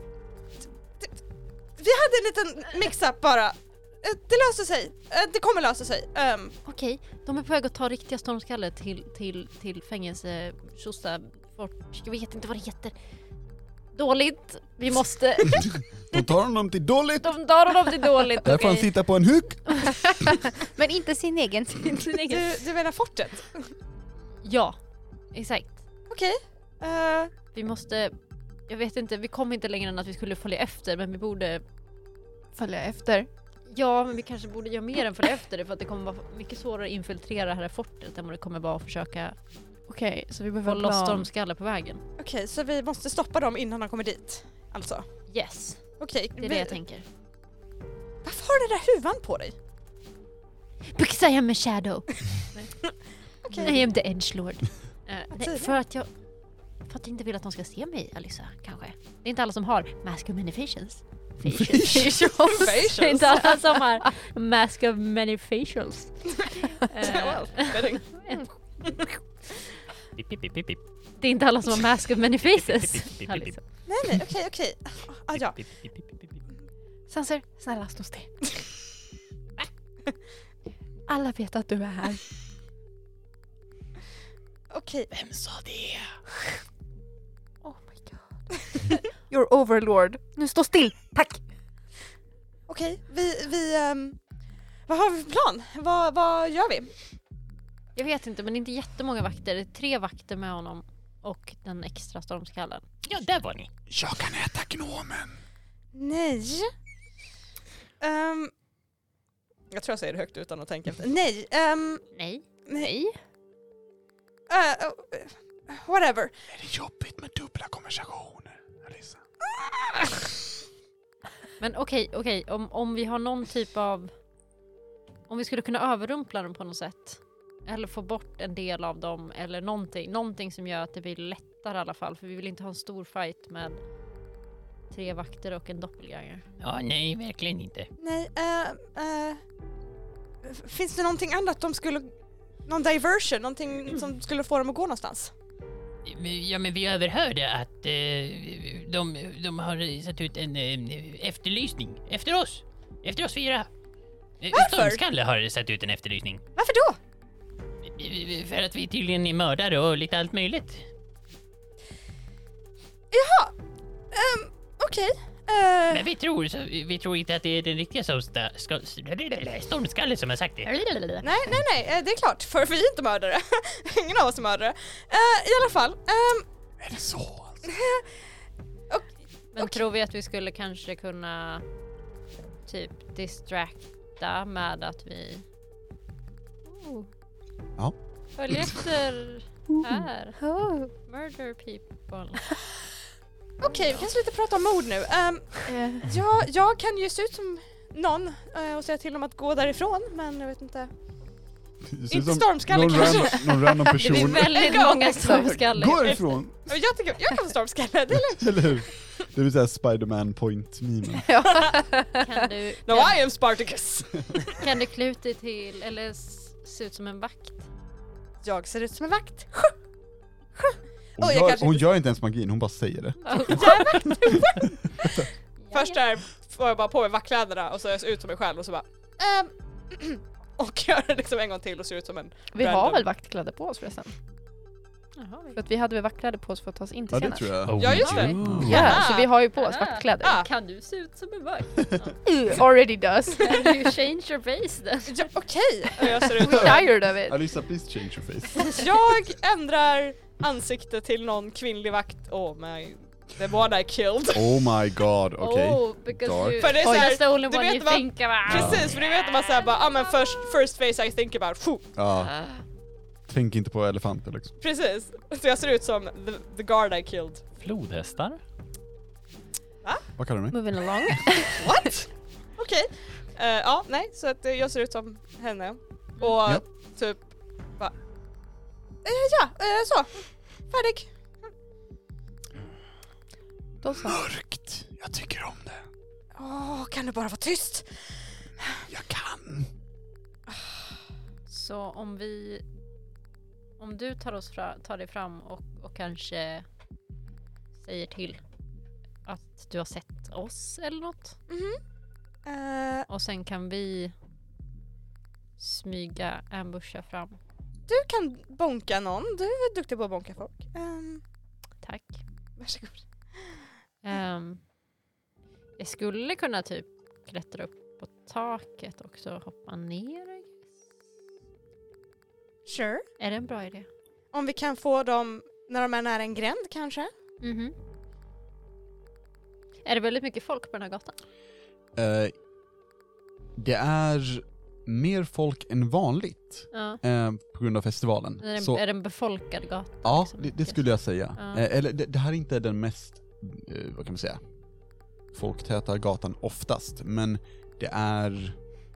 Vi hade en liten mix-up bara. Det löser sig. Det kommer lösa sig. Okej, de är på väg att ta riktiga stormskalle till fängelse, Tjosta, jag vet inte vad det heter. Dåligt. Vi måste... De tar honom till dåligt. De tar honom till dåligt. Där får han Okej. sitta på en huk. Men inte sin egen. Du menar fortet? Ja, exakt. Okej. Vi måste... Jag vet inte, vi kom inte längre än att vi skulle följa efter, men vi borde... Följa efter. Ja, men vi kanske borde göra mer än följa efter det, för att det kommer vara mycket svårare att infiltrera det här fortet än vad det kommer vara att försöka Okej, så vi få behöver loss plan. stormskalle på vägen. Okej, så vi måste stoppa dem innan de kommer dit. Alltså. Yes, Okej. det är det jag tänker. Varför har du den där huvan på dig? Because I am a shadow. Okej. I am the edgelord. tydligen. För att jag inte vill att de ska se mig, Alyssa, kanske. Det är inte alla som har mask of many facials. Facials. Det är inte alla som har mask of many facials. Det är inte alla som har mask of many faces. Alyssa. Nej, okej. Ja. Sanser, snälla stå still. Alla vet att du är här. Okej. Vem sa det? Oh my god. Your overlord. Nu stå still. Tack. Okej, vad har vi för plan? Vad gör vi? Jag vet inte, men det är inte jättemånga vakter. Det är 3 vakter med honom och den extra stormskallen. Ja, där var ni. Jag kan äta gnomen. Nej. Jag tror jag säger det högt utan att tänka efter. Nej. Nej. Whatever. Är det jobbigt med dubbla konversationer, Alyssa? Men okej, om vi har någon typ av... Om vi skulle kunna överrumpla dem på något sätt. Eller få bort en del av dem. Eller någonting som gör att det blir lättare i alla fall. För vi vill inte ha en stor fight med 3 vakter och en doppelganger. Ja, nej, verkligen inte. Nej. Finns det någonting annat någon diversion, någonting som skulle få dem att gå någonstans? Ja, men vi överhörde att de har satt ut en efterlysning efter oss 4. Varför? Stormskalle har satt ut en efterlysning. Varför då? För att vi tydligen är mördare och lite allt möjligt. Jaha, okej. Men vi tror inte att det är den riktiga Stormskalle som har sagt det. Nej, det är klart. För vi är inte mördare. Ingen av oss är mördare. I alla fall. Är det så alltså? Men tror vi att vi skulle kanske kunna typ distracta med att vi Ja. följer efter här. Murder people. Okej, vi kan sluta prata om mord nu. Jag kan ju se ut som någon och säga till dem att gå därifrån, men jag vet inte. Det ser ut Inte som stormskalle kanske. någon random Det blir person. väldigt många stormskallar. Gå ifrån! Jag tycker jag kan få stormskalle, det är lugnt. Eller hur? Det vill säga Spider-Man point-memen. No, I am Spartacus. Kan du klä ut dig till eller se ut som en vakt? Jag ser ut som en vakt. Hon gör inte ens magin, hon bara säger det. Först där får jag bara på mig vaktkläderna och så ser jag ut som mig själv och så bara och gör det liksom en gång till och ser ut som en Vi har random. väl vaktkläder på oss förresten? För att vi hade väl vaktkläder på oss för att ta oss in till Ja, det scenen. tror jag. Ja, just det. Ja, så vi har ju på oss vaktkläder. Kan du se ut som en vakt? Already does. You change your face then. Ja, okej. Och jag ser ut We're tired of it. Alissa, please change your face. Jag ändrar ansikte till någon kvinnlig vakt. The one I killed. Oh my god, okej. Oh, because Dark. you, För det är så här, that's the only du one vet you vad- think about. Precis, för du vet att man säger bara, men first face I think about. Ja, tänk inte på elefanter liksom. Precis. Så jag ser ut som the guard I killed. Flodhästar? Vad kallar du mig? Moving along. What? Okej. Ja, nej, så att jag ser ut som henne. Och Ja. typ bara så. Färdig. Då så. Mörkt. Jag tycker om det. Kan du bara vara tyst? Jag kan. Så om du tar dig fram och kanske säger till att du har sett oss eller något. Och sen kan vi smyga, ambusha fram. Du kan bonka någon. Du är duktig på att bonka folk. Tack. Varsågod. Jag skulle kunna typ klättra upp på taket också och hoppa ner. I guess. Sure. Är det en bra idé? Om vi kan få dem när de är nära en gränd kanske. Mhm. Är det väldigt mycket folk på den här gatan? Det är mer folk än vanligt Ja. på grund av festivalen. Är det en befolkad gata? Ja, liksom? det skulle jag säga. Ja. Eller det här är inte den mest, vad kan man säga, folktäta gatan oftast, men det är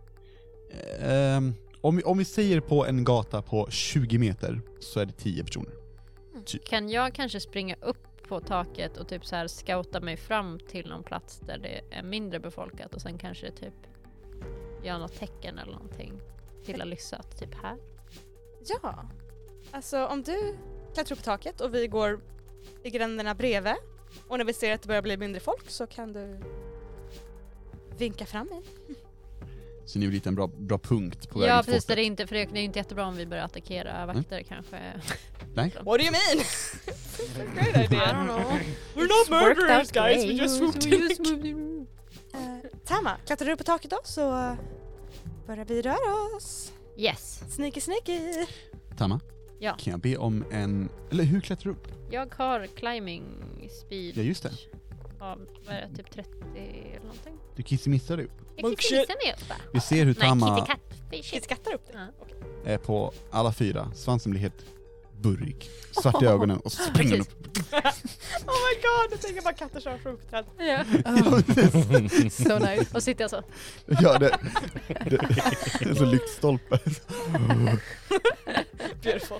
om vi säger på en gata på 20 meter så är det 10 personer. Kan jag kanske springa upp på taket och typ så här scouta mig fram till någon plats där det är mindre befolkat och sen kanske typ göra något tecken eller någonting till Alyssa att typ här? Ja. Alltså om du klättrar upp på taket och vi går i gränderna bredvid och när vi ser att det börjar bli mindre folk så kan du vinka fram mig. Så ni är lite en bra punkt på vägen Ja till precis, fortet. det är inte jättebra om vi börjar attackera vakter kanske. Nej. What do you mean? Great idea. I don't know. We're not Worked murderers out guys, we great. just swooped in. Tama, klättrar du upp på taket då så börjar vi röra oss. Yes. Sneaky. Tama, Ja. kan jag be om en, eller hur klättrar du upp? Jag har climbing speed. Ja, just det. Av, vad är det, typ 30 eller någonting. Du kissemissar upp. Jag kissar mig upp va? Vi ser hur Nej, Tama kitty cat. Vi skattar upp det. Ja. är på alla fyra. Svansen blir helt burrig. Svart i ögonen och så springer den upp. Oh my god, jag tänker bara katter som fruktträd. Ja. So nice. Och sitter jag så. Ja, det är en sån lyktstolpe. Beautiful.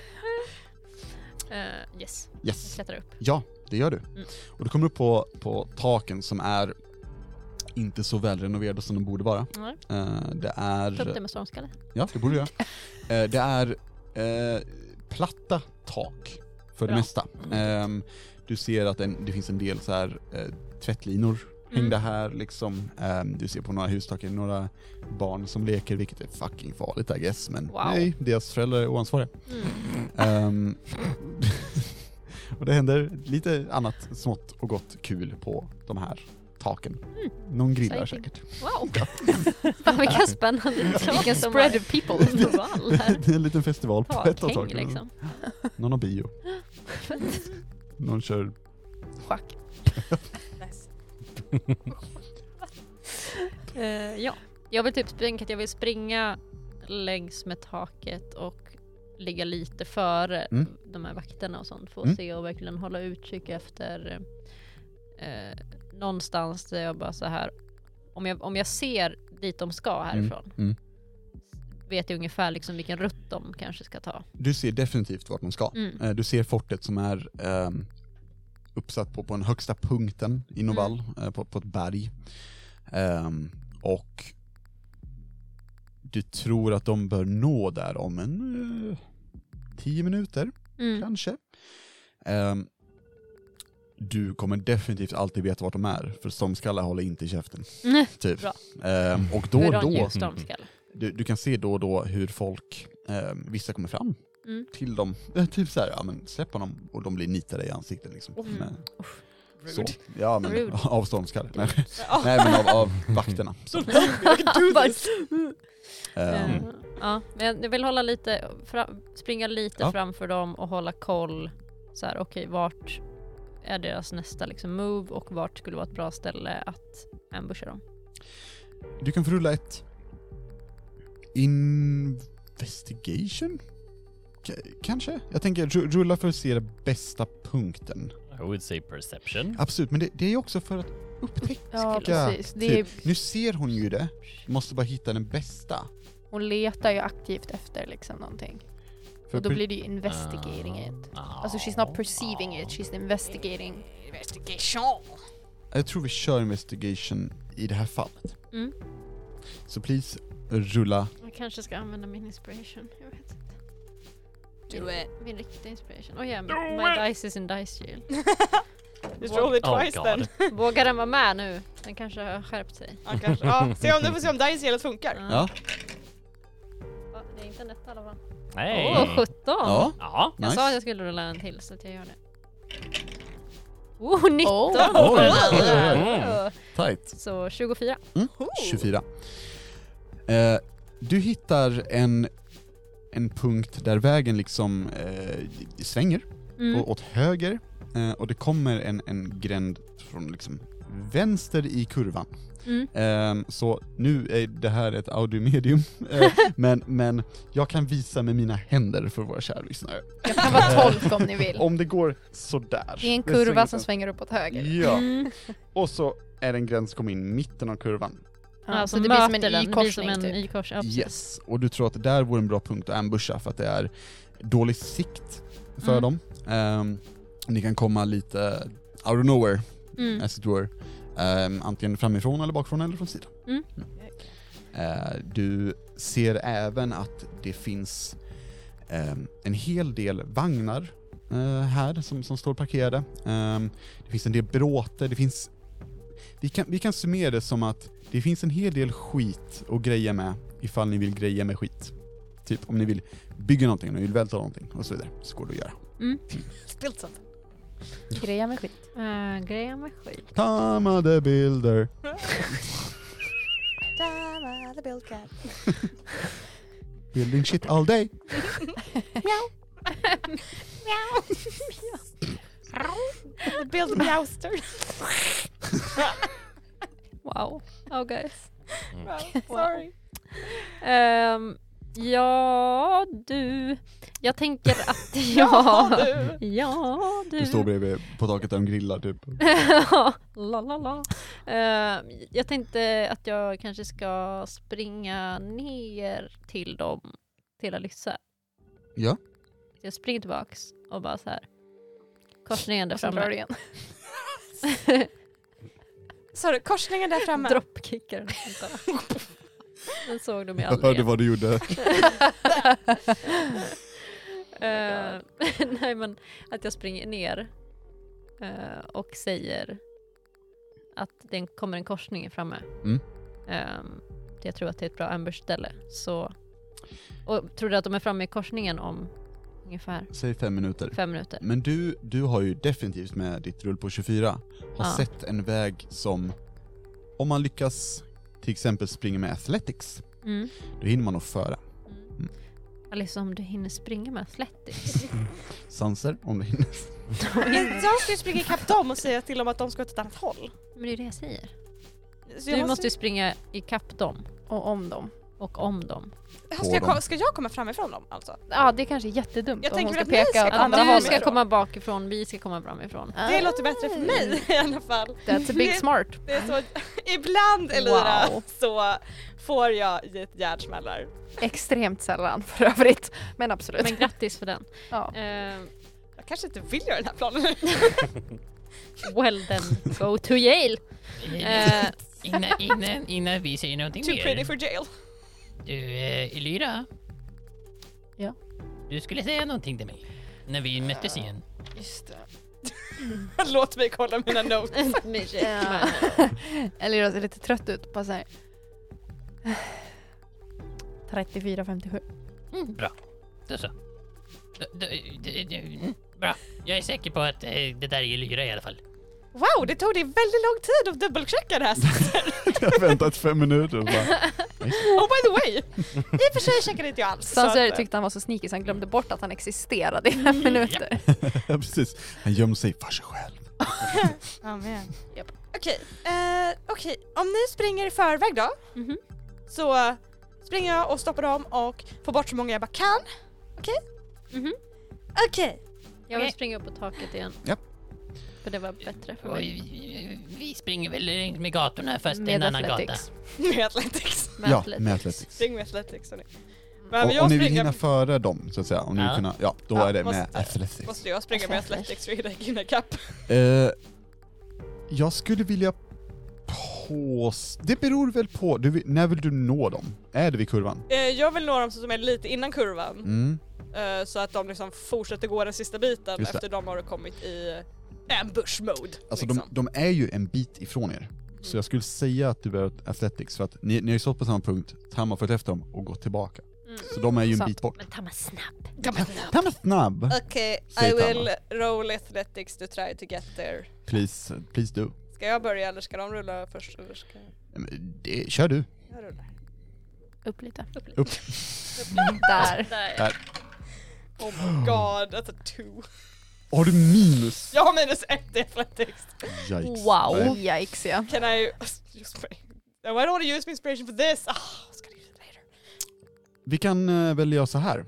Yes. Jag Yes. klättrar upp. Ja, det gör du. Och du kommer upp på taken som är inte så välrenoverade som de borde vara. Nej. Det Ta upp det är... med stormskalle. Ja, det borde du göra. Det är platta tak för det Bra. mesta. Du ser att det finns en del så här tvättlinor hängde här liksom. Du ser på några hustaken, några barn som leker, vilket är fucking farligt I guess, men Wow. nej, deras föräldrar är oansvariga. Mm. Och det händer lite annat smått och gott kul på de här taken. Någon grillar Exciting. säkert. Wow. Fan vilken spännande Vilken spread of people. Det är en liten festival på ett av Takhäng taken. liksom. Någon har bio. Någon kör... Schack. Nice. Ja, jag vill typ springa längs med taket och ligga lite före de här vakterna och sånt för att se och verkligen hålla utkik efter någonstans där jag bara så här om jag ser dit de ska härifrån vet jag ungefär liksom vilken rutt de kanske ska ta. Du ser definitivt vart de ska. Du ser fortet som är uppsatt på den högsta punkten i Novall, på ett berg. Och du tror att de bör nå där om 10 minuter, kanske. Du kommer definitivt alltid veta vart de är, för Stormskalle håller inte i käften. Typ. Bra. Och då och då, Stormskalle. du kan se då och då hur folk, vissa kommer fram till dem. Typ så här, ja men släpp honom, och de blir nitade i ansiktet liksom. Men, så. Ja men Rude. av Stormskalle. Nej men av vakterna. Så. Ja, men jag vill hålla lite springa lite framför dem och hålla koll så här, okej, vart är deras nästa liksom move och vart skulle vara ett bra ställe att ambusha dem. Du kan få rulla ett investigation? Kanske? Jag tänker rulla för att se den bästa punkten. I would say perception. Absolut, men det är också för att upptäcka. Ja, precis. Det är, Typ, nu ser hon ju det. Måste bara hitta den bästa. hon letar ju aktivt efter liksom någonting. För Och då blir det ju investigating it. Alltså she's not perceiving it, she's investigating. Investigation! Jag tror vi kör investigation i det här fallet. Så please rulla. Jag kanske ska använda min inspiration. Jag vet inte. Do it. Min riktiga inspiration. Oh yeah, my dice is in dice jail. Just roll it twice then. Vågar den vara med nu? Den kanske har skärpt sig. Ja, kanske. Ja, se om dice hela funkar. Ja. Det är inte en etta i alla fall. Nej. 17! Ja. Ja. Jag Nice. sa att jag skulle rulla en till så att jag gör det. 19! Oj. Tight. Så 24. 24. Du hittar en punkt där vägen liksom svänger åt höger, och det kommer en gränd från liksom vänster i kurvan. Så nu är det här ett audiomedium, men jag kan visa med mina händer för våra kära lyssnare. Jag kan vara tolk om ni vill. Om det går sådär. Det är en kurva som svänger uppåt höger. Ja, och så är det en gräns som kommer in i mitten av kurvan. Ja, så det blir som en y-korsning en typ. y-kors, ja, precis. Yes, och du tror att det där vore en bra punkt att ambusha för att det är dålig sikt för dem. Ni kan komma lite out of nowhere, as it were. Antingen framifrån eller bakifrån eller från sidan. Du ser även att det finns en hel del vagnar här som står parkerade. Det finns en del bråte, det finns... Vi kan summera det som att det finns en hel del skit att greja med ifall ni vill greja med skit. Typ om ni vill bygga någonting, om ni vill välta någonting och så vidare, så går det att göra. Spilt sånt. Greja med skit. Greja med skit. Tama the builder. Tama the build cat. Building shit all day. The build meowster. Wow. Oh guys. Sorry. Ja, du. Jag tänker att Du står bredvid på taket där de grillar typ. la la la. Jag tänkte att jag kanske ska springa ner till dem till Alyssa. Ja. Jag springer tillbaks och bara så här. Korsningen där Och sen drar du framme. igen. Sorry, korsningen där framme. Droppkickar den. Den såg de ju Jag aldrig. hörde vad du gjorde. Nej, men att jag springer ner och säger att det kommer en korsning framme. Jag tror att det är ett bra ambush-ställe. Så, och tror du att de är framme i korsningen om ungefär? Säg 5 minuter. 5 minuter. Men du har ju definitivt med ditt rull på 24 sett en väg som, om man lyckas till exempel springa med athletics, då hinner man nog föra. Alice, om du hinner springa med athletics. Sanser, om du hinner. Men jag ska ju springa ikapp dem och säga till dem att de ska åt ett annat håll. Men det är det jag säger. Så Du måste ju springa ikapp dem. Och om dem. Och om dem. Ska jag komma framifrån dem alltså? Ja, det är kanske jättedumt Jag om hon tänker ska att ni peka ska åt andra komma Du hållet. ska komma bakifrån, vi ska komma framifrån. Det låter bättre för mig i alla fall. That's a big smart. Det är så ibland, Elira, Wow. så får jag i ett hjärtsmällar. Extremt sällan för övrigt. Men absolut. Men grattis för den. Ja. Jag kanske inte vill göra den här planen. Well then, go to Yale. Innan vi säger någonting Too pretty mer. for jail. Du, Elira. Ja. Du skulle säga någonting till mig. När vi möttes igen. Just det. Låt mig kolla mina notes. Eller jag ser lite trött ut. Bara så här. 34-57. Bra. Då så. Bra. Jag är säker på att det där är Elira i alla fall. Wow, det tog dig väldigt lång tid att dubbelchecka det här. Jag har väntat 5 minuter och bara, Oh, by the way. I och för sig checkade inte jag alls. Sanser tyckte han var så sneaky så han glömde bort att han existerade i 5 minuter. ja, precis. Han gömde sig för sig själv. Amen. Japp. Okej. Om ni springer i förväg då, så springer jag och stoppar dem och får bort så många jag bara kan. Okej. Jag vill springa upp på taket igen. Japp. För det var bättre för Och mig. vi springer väl längs med gatorna fast det är en Med annan gata. athletics. Med athletics. Med Ja, athletics. med athletics. Spring med athletics. Hörni. Om ni vill hinna före dem, så att säga, om ni vill kunna, då är det med athletics. Måste jag springa med athletics för att hinna ikapp? Jag skulle vilja det beror väl på, när vill du nå dem? Är det vid kurvan? Jag vill nå dem som är lite innan kurvan. Mm. Så att de liksom fortsätter gå den sista biten Just det. efter de har kommit i ambush mode. Alltså liksom. de är ju en bit ifrån er. Så jag skulle säga att du behöver athletics för att ni har ju stått på samma punkt, Tamma fått efter dem och gått tillbaka. Så de är ju en Sant. bit bort. Men ta mig snabb. Tamma snabb! Okej, Säg I will Tamma. roll athletics to try to get there. Please do. Ska jag börja eller ska de rulla först? Eller ska Kör du. jag rulla? Upp lite. Upp. Där. Där. Oh my god, that's a 2. Har du minus? Jag har -1 i athletics. Yikes. Wow. Yikes, ja. Can I use my... I don't want to use my inspiration for this. Ska jag use it later? Vi kan väl göra så här.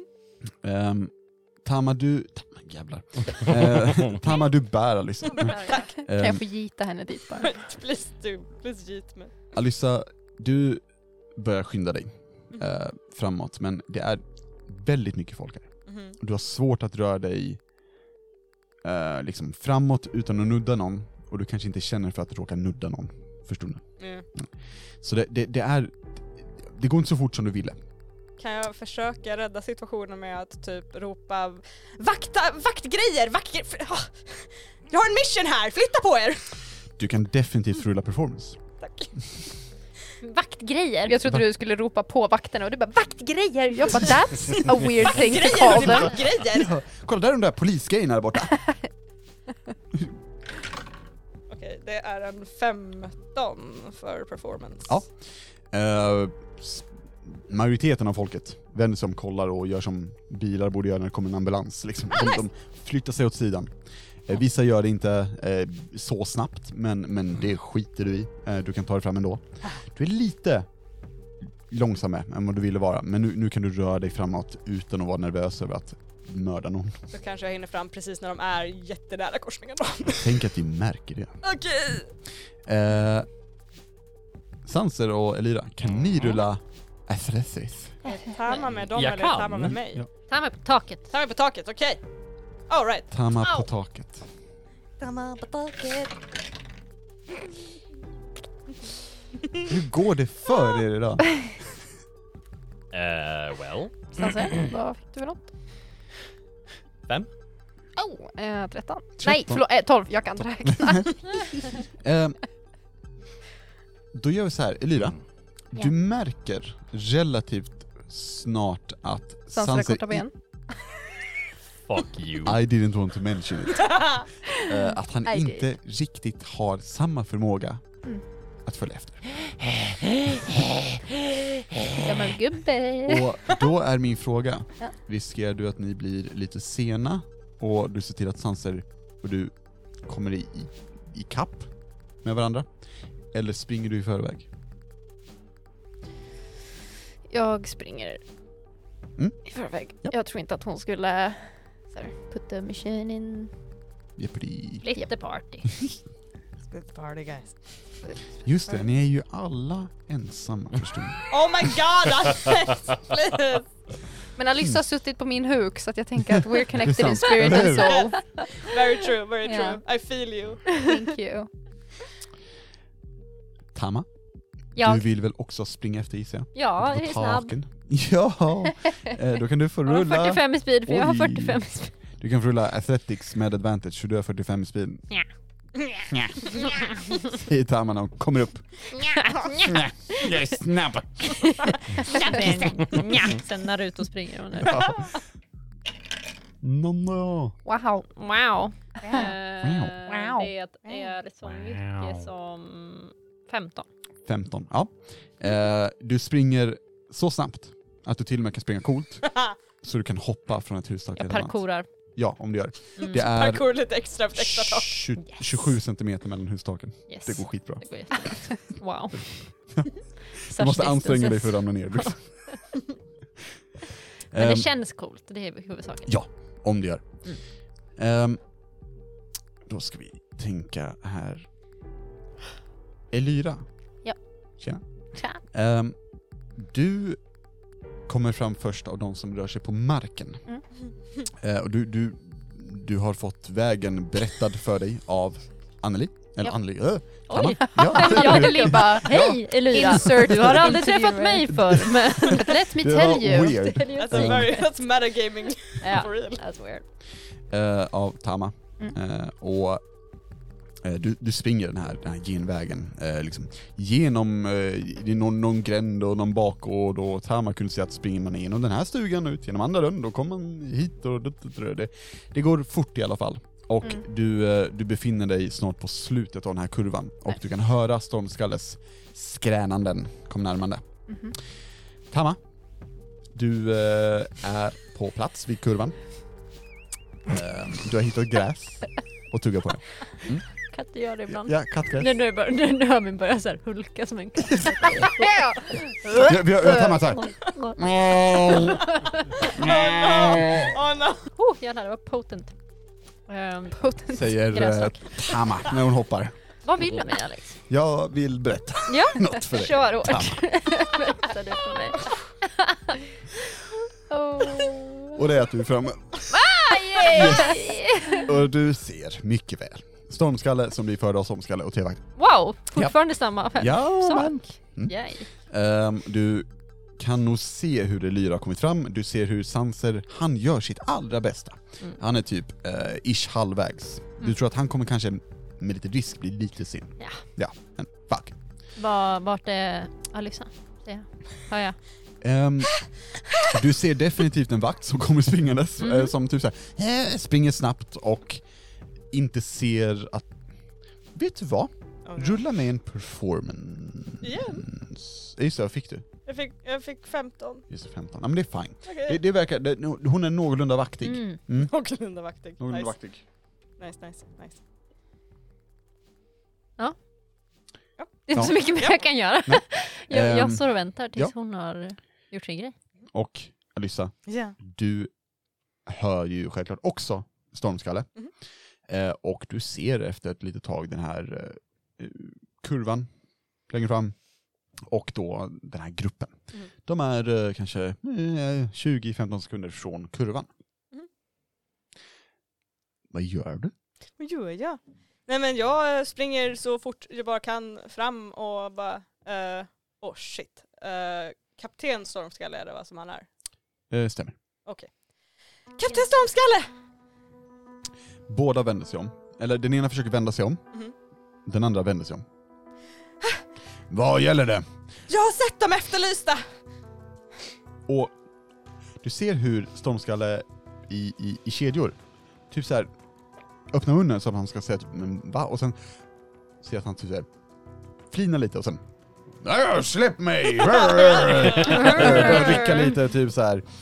Tamma, jävlar. Tamma, du bär Alyssa. Kan jag få gita henne dit bara? Please do. Please yeet me. Alyssa, du börjar skynda dig framåt, men det är väldigt mycket folk här. Du har svårt att röra dig liksom framåt utan att nudda någon, och du kanske inte känner för att råka nudda någon för stunden. Så det går inte så fort som du ville. Kan jag försöka rädda situationen med att typ ropa vaktgrejer! Jag har en mission här, flytta på er! Du kan definitivt rulla performance. Tack. Vaktgrejer. Jag trodde du skulle ropa på vakterna och du bara vaktgrejer. Jag bara that's a weird thing to call them. Vaktgrejer! Ja, kolla där är de där polisgrejerna där borta. Okej, det är en 15 för performance. Ja. Majoriteten av folket vänder sig om, kollar och gör som bilar borde göra när det kommer en ambulans. Liksom. De flyttar sig åt sidan. Vissa gör det inte så snabbt, men det skiter du i. Du kan ta dig fram ändå. Du är lite långsammare än vad du ville vara, men nu kan du röra dig framåt utan att vara nervös över att mörda någon. Så kanske jag hinner fram precis när de är jättenära korsningen då. Tänk att vi märker det. Okej. Sanser och Elira, kan ni rulla athletics? Tar man med dem Jag eller tar kan. man med mig? Ja. Ta mig på taket. Tar man på taket, okej. All right. Tamma på Au. taket. Hur går det för er idag? Well. Sanser, vad fick du för något? 5. 13. Nej, förlåt, 12. Jag kan inte räkna. Då gör vi så här, Elira. Du märker relativt snart att Sanser har korta ben. Fuck you. I didn't want to mention it. Att han inte riktigt har samma förmåga att följa efter. Gammal gubbe. Och då är min fråga, riskerar du att ni blir lite sena och du ser till att Sanser och du kommer i kapp med varandra? Eller springer du i förväg? Jag springer i förväg. Ja. Jag tror inte att hon skulle så här, put the machine in. Jeopardy. Lite party. Split party guys. Just det, ni är ju alla ensamma förstår ni. Oh my god, Alex! Please! Men Alyssa har suttit på min huk så att jag tänker att we're connected Det är in sant. spirit and soul. Very true, very true. Ja. I feel you. Thank you. Tama, Jag, du vill väl också springa efter gissar jag? ja, jag är På snabb. taken. Ja, då kan du få Jag har rulla. 45 i speed, för jag har Oj. 45 i speed. Du kan få rulla athletics med advantage, för du har 45 i speed. Säger Tama när hon kommer upp. Jag är snabb. Sen Naruto springer hon nu. No. Wow. Wow. Wow. Det är så mycket som 15. 15, ja. Du springer så snabbt att du till och med kan springa coolt. Så du kan hoppa från ett hustak till Jag ett annat. parkourar. Ja, om du gör. Mm. Det är Parkour lite extra tag. 27 centimeter mellan hustaken. Yes. Det går skitbra. Det går jättebra. Wow. Du måste anstränga dig för att ramla ner. Liksom. Men det känns coolt, det är huvudsaken. Ja, om du gör. Då ska vi tänka här. Elira. Ja. Tjena. Tja. Du kommer fram först av de som rör sig på marken. Och du har fått vägen berättad för dig av Anneli. Eller Ja. Anneli. Oj. Ja. Jag Elira bara, hej Elira, Insert du har aldrig interviewer. träffat mig förr, men Let me Det tell var you. weird. That's metagaming Ja, for real. that's weird. Av Tama. Och du springer den här genvägen liksom, genom det är någon gränd och någon bakgård, och Tama kunde säga att springer man igenom den här stugan ut genom andra dörren, då kommer man hit och det går fort i alla fall. Och du befinner dig snart på slutet av den här kurvan och du kan höra Stormskalles skränanden kom närmande. Tama, du är på plats vid kurvan. Du har hittat gräs och tuggar på det. Katter gör det ibland. Ja, kattgräs. Nu hör min börja så här hulka som en katt. Vi har Tama så här. Oh no. Jävlar, det var potent. Säger Gräsrock. Tama när hon hoppar. Vad vill du med Alex? Jag vill berätta Ja, något för dig. kör hårt. Tama. Berätta du för mig. Och det är att du är framme. Och du ser mycket väl Stormskalle som blir förd av Stormskalle och T-vakt. Wow, fortfarande samma. Ja, men. Sak. Mm. Yay. Du kan nog se hur Elira har kommit fram. Du ser hur Sanser, han gör sitt allra bästa. Han är typ ish halvvägs. Du tror att han kommer kanske med lite risk bli lite sen. Ja, men fuck. Vart är Alexa? Hör jag. Du ser definitivt en vakt som kommer springandes som typ såhär springer snabbt och inte ser att, vet du vad? Rulla med en performance. Igen? Just det, vad fick du? Jag fick 15. Just det, 15. Ja, men det är fine. Okej. Det verkar, hon är någorlunda vaktig. Någorlunda vaktig. Någorlunda Nice. vaktig. Nice. Det är inte så Ja. mycket mer jag kan göra. Nej. Jag står och väntar tills ja. hon har gjort sin grej. Och Alyssa, Ja. du hör ju självklart också Stormskalle. Och du ser efter ett litet tag den här kurvan längre fram. Och då den här gruppen. De är kanske 20-15 sekunder från kurvan. Vad gör du? Vad gör jag? Nej men jag springer så fort jag bara kan fram och bara oh shit. Kapten Stormskalle är det vad som han är? Stämmer. Okej. Kapten Stormskalle! Båda vänder sig om. Eller den ena försöker vända sig om. Mhm. Den andra vänder sig om. Vad gäller det? Jag har sett dem efterlysta! Och du ser hur Stormskalle i kedjor typ så här öppnar munnen så att han ska säga typ, men va? Och sen ser att han typ så här flinar lite och sen släpp mig! Börjar rycka lite typ så här.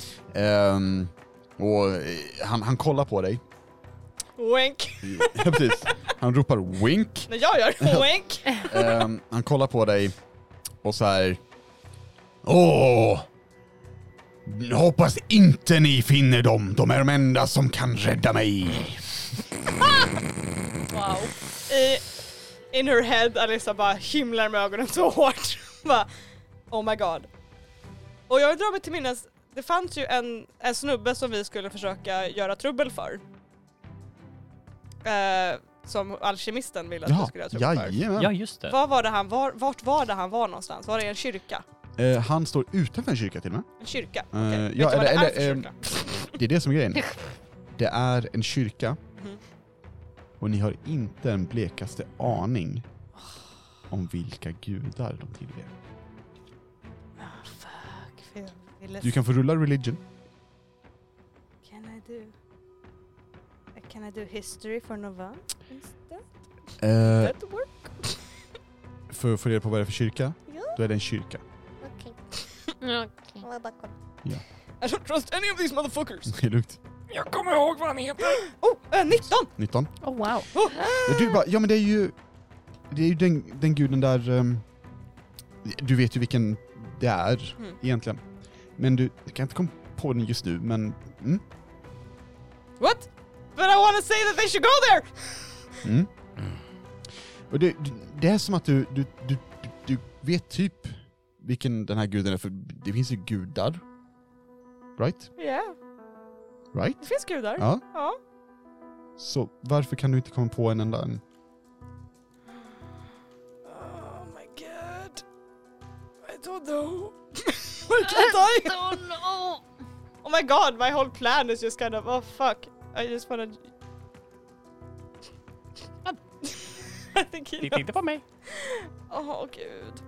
Och han kollar på dig. Wink. Ja, precis. Han ropar wink. När jag gör wink. Han kollar på dig och så här. Hoppas inte ni finner dem. De är de enda som kan rädda mig. Wow. In her head, Alyssa bara himlar med ögonen så hårt. Bara, oh my god. Och jag drar mig till minnes, det fanns ju en snubbe som vi skulle försöka göra trubbel för. Som alkemisten ville att vi skulle göra trubbel för. Jajamän. Ja, just det. Vart var det han var någonstans? Var det en kyrka? Han står utanför en kyrka till och med. En kyrka? Ja, Vet du vad det är för kyrka? Det är det som är grejen. Det är en kyrka. Mhm. Och ni har inte en blekaste aning om vilka gudar de tillber. Fuck. Du kan få rulla religion. Can I do history for Nova instead? That work? För att få reda på vad det är för kyrka, Ja. då är det en kyrka. Okej. Okej. Jag bara kolla. I don't trust any of these motherfuckers. Det är lugnt. Jag kommer ihåg vad han heter. 19! 19. Oh wow. Du bara, ja men det är ju den guden där, du vet ju vilken det är egentligen. Men du kan inte komma på den just nu, men What? But I want to say that they should go there! Och det är som att du vet typ vilken den här guden är, för det finns ju gudar. Right? Ja, Right? det finns gudar. Ja. Ja. Så varför kan du inte komma på en enda en? Oh my god. I don't know. Why can't I? Oh no. Oh my god, my whole plan is just kind of, oh fuck. I just wanna... I think he Titta inte på mig. Åh gud.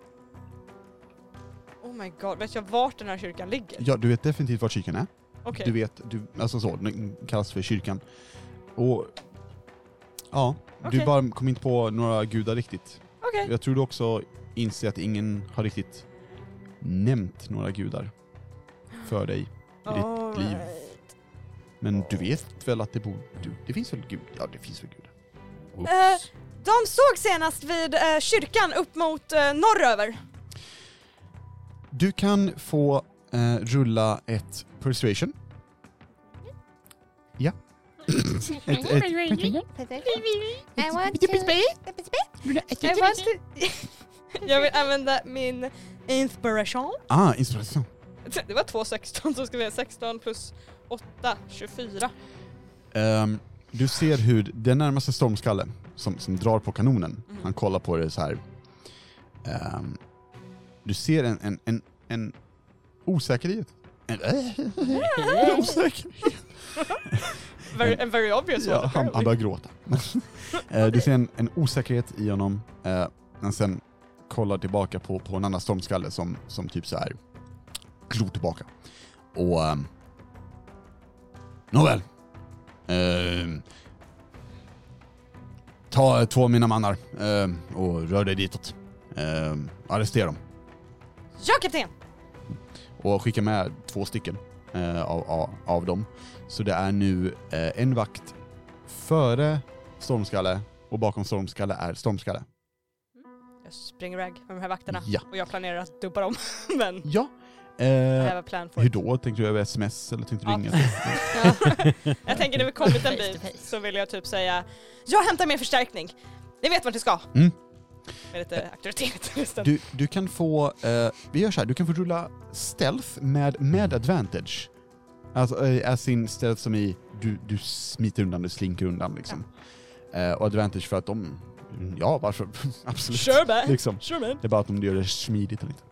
Oh my god, vet jag vart den här kyrkan ligger? Ja, du vet definitivt vad kyrkan är. Okej. Du vet, alltså så, den kallas för kyrkan. Och ja, du Okej. bara kom inte på några gudar riktigt. Okej. Jag tror du också inser att ingen har riktigt nämnt några gudar för dig i ditt liv. Alright. Men du vet väl att det finns väl gud? Ja, det finns väl gudar. De såg senast vid kyrkan upp mot norröver. Du kan få rulla ett persuasion. Ja. I want to... Jag vill använda min inspiration. Inspiration. Det var 2,16 så ska vi ha 16 plus 8, 24. Du ser hur den närmaste stormskalle som drar på kanonen, han kollar på det så här. Du ser en osäkerhet. En osäkerhet. Very obvious one. Ja, han börjar gråta. Du ser en osäkerhet i honom. Men sen kollar tillbaka på en annan stormskalle som typ så här glor tillbaka. Och nåväl. Ta 2 av mina mannar och rör dig ditåt. Arrestera dem. Ja, kapten! Och skicka med 2 stycken av dem. Så det är nu en vakt före stormskalle och bakom stormskalle är stormskalle. Jag springer rag med de här vakterna. Ja. Och jag planerar att dubba dem. Men Ja. I have a plan for Hur it. då? Tänkte du över sms eller tänkte du Ja. ringa? Jag tänker när vi kommit en Face to bit face. så vill jag typ säga jag hämtar mer förstärkning. Ni vet vart ni ska. Mm. Med lite auktoritet just. Du kan få, vi gör så här, du kan få rulla stealth med advantage. Alltså as in stealth som i du smiter undan, du slinker undan liksom. Och advantage för att ja varför, absolut. Sure man. Liksom. Sure man. Det är bara att de gör det smidigt eller inte.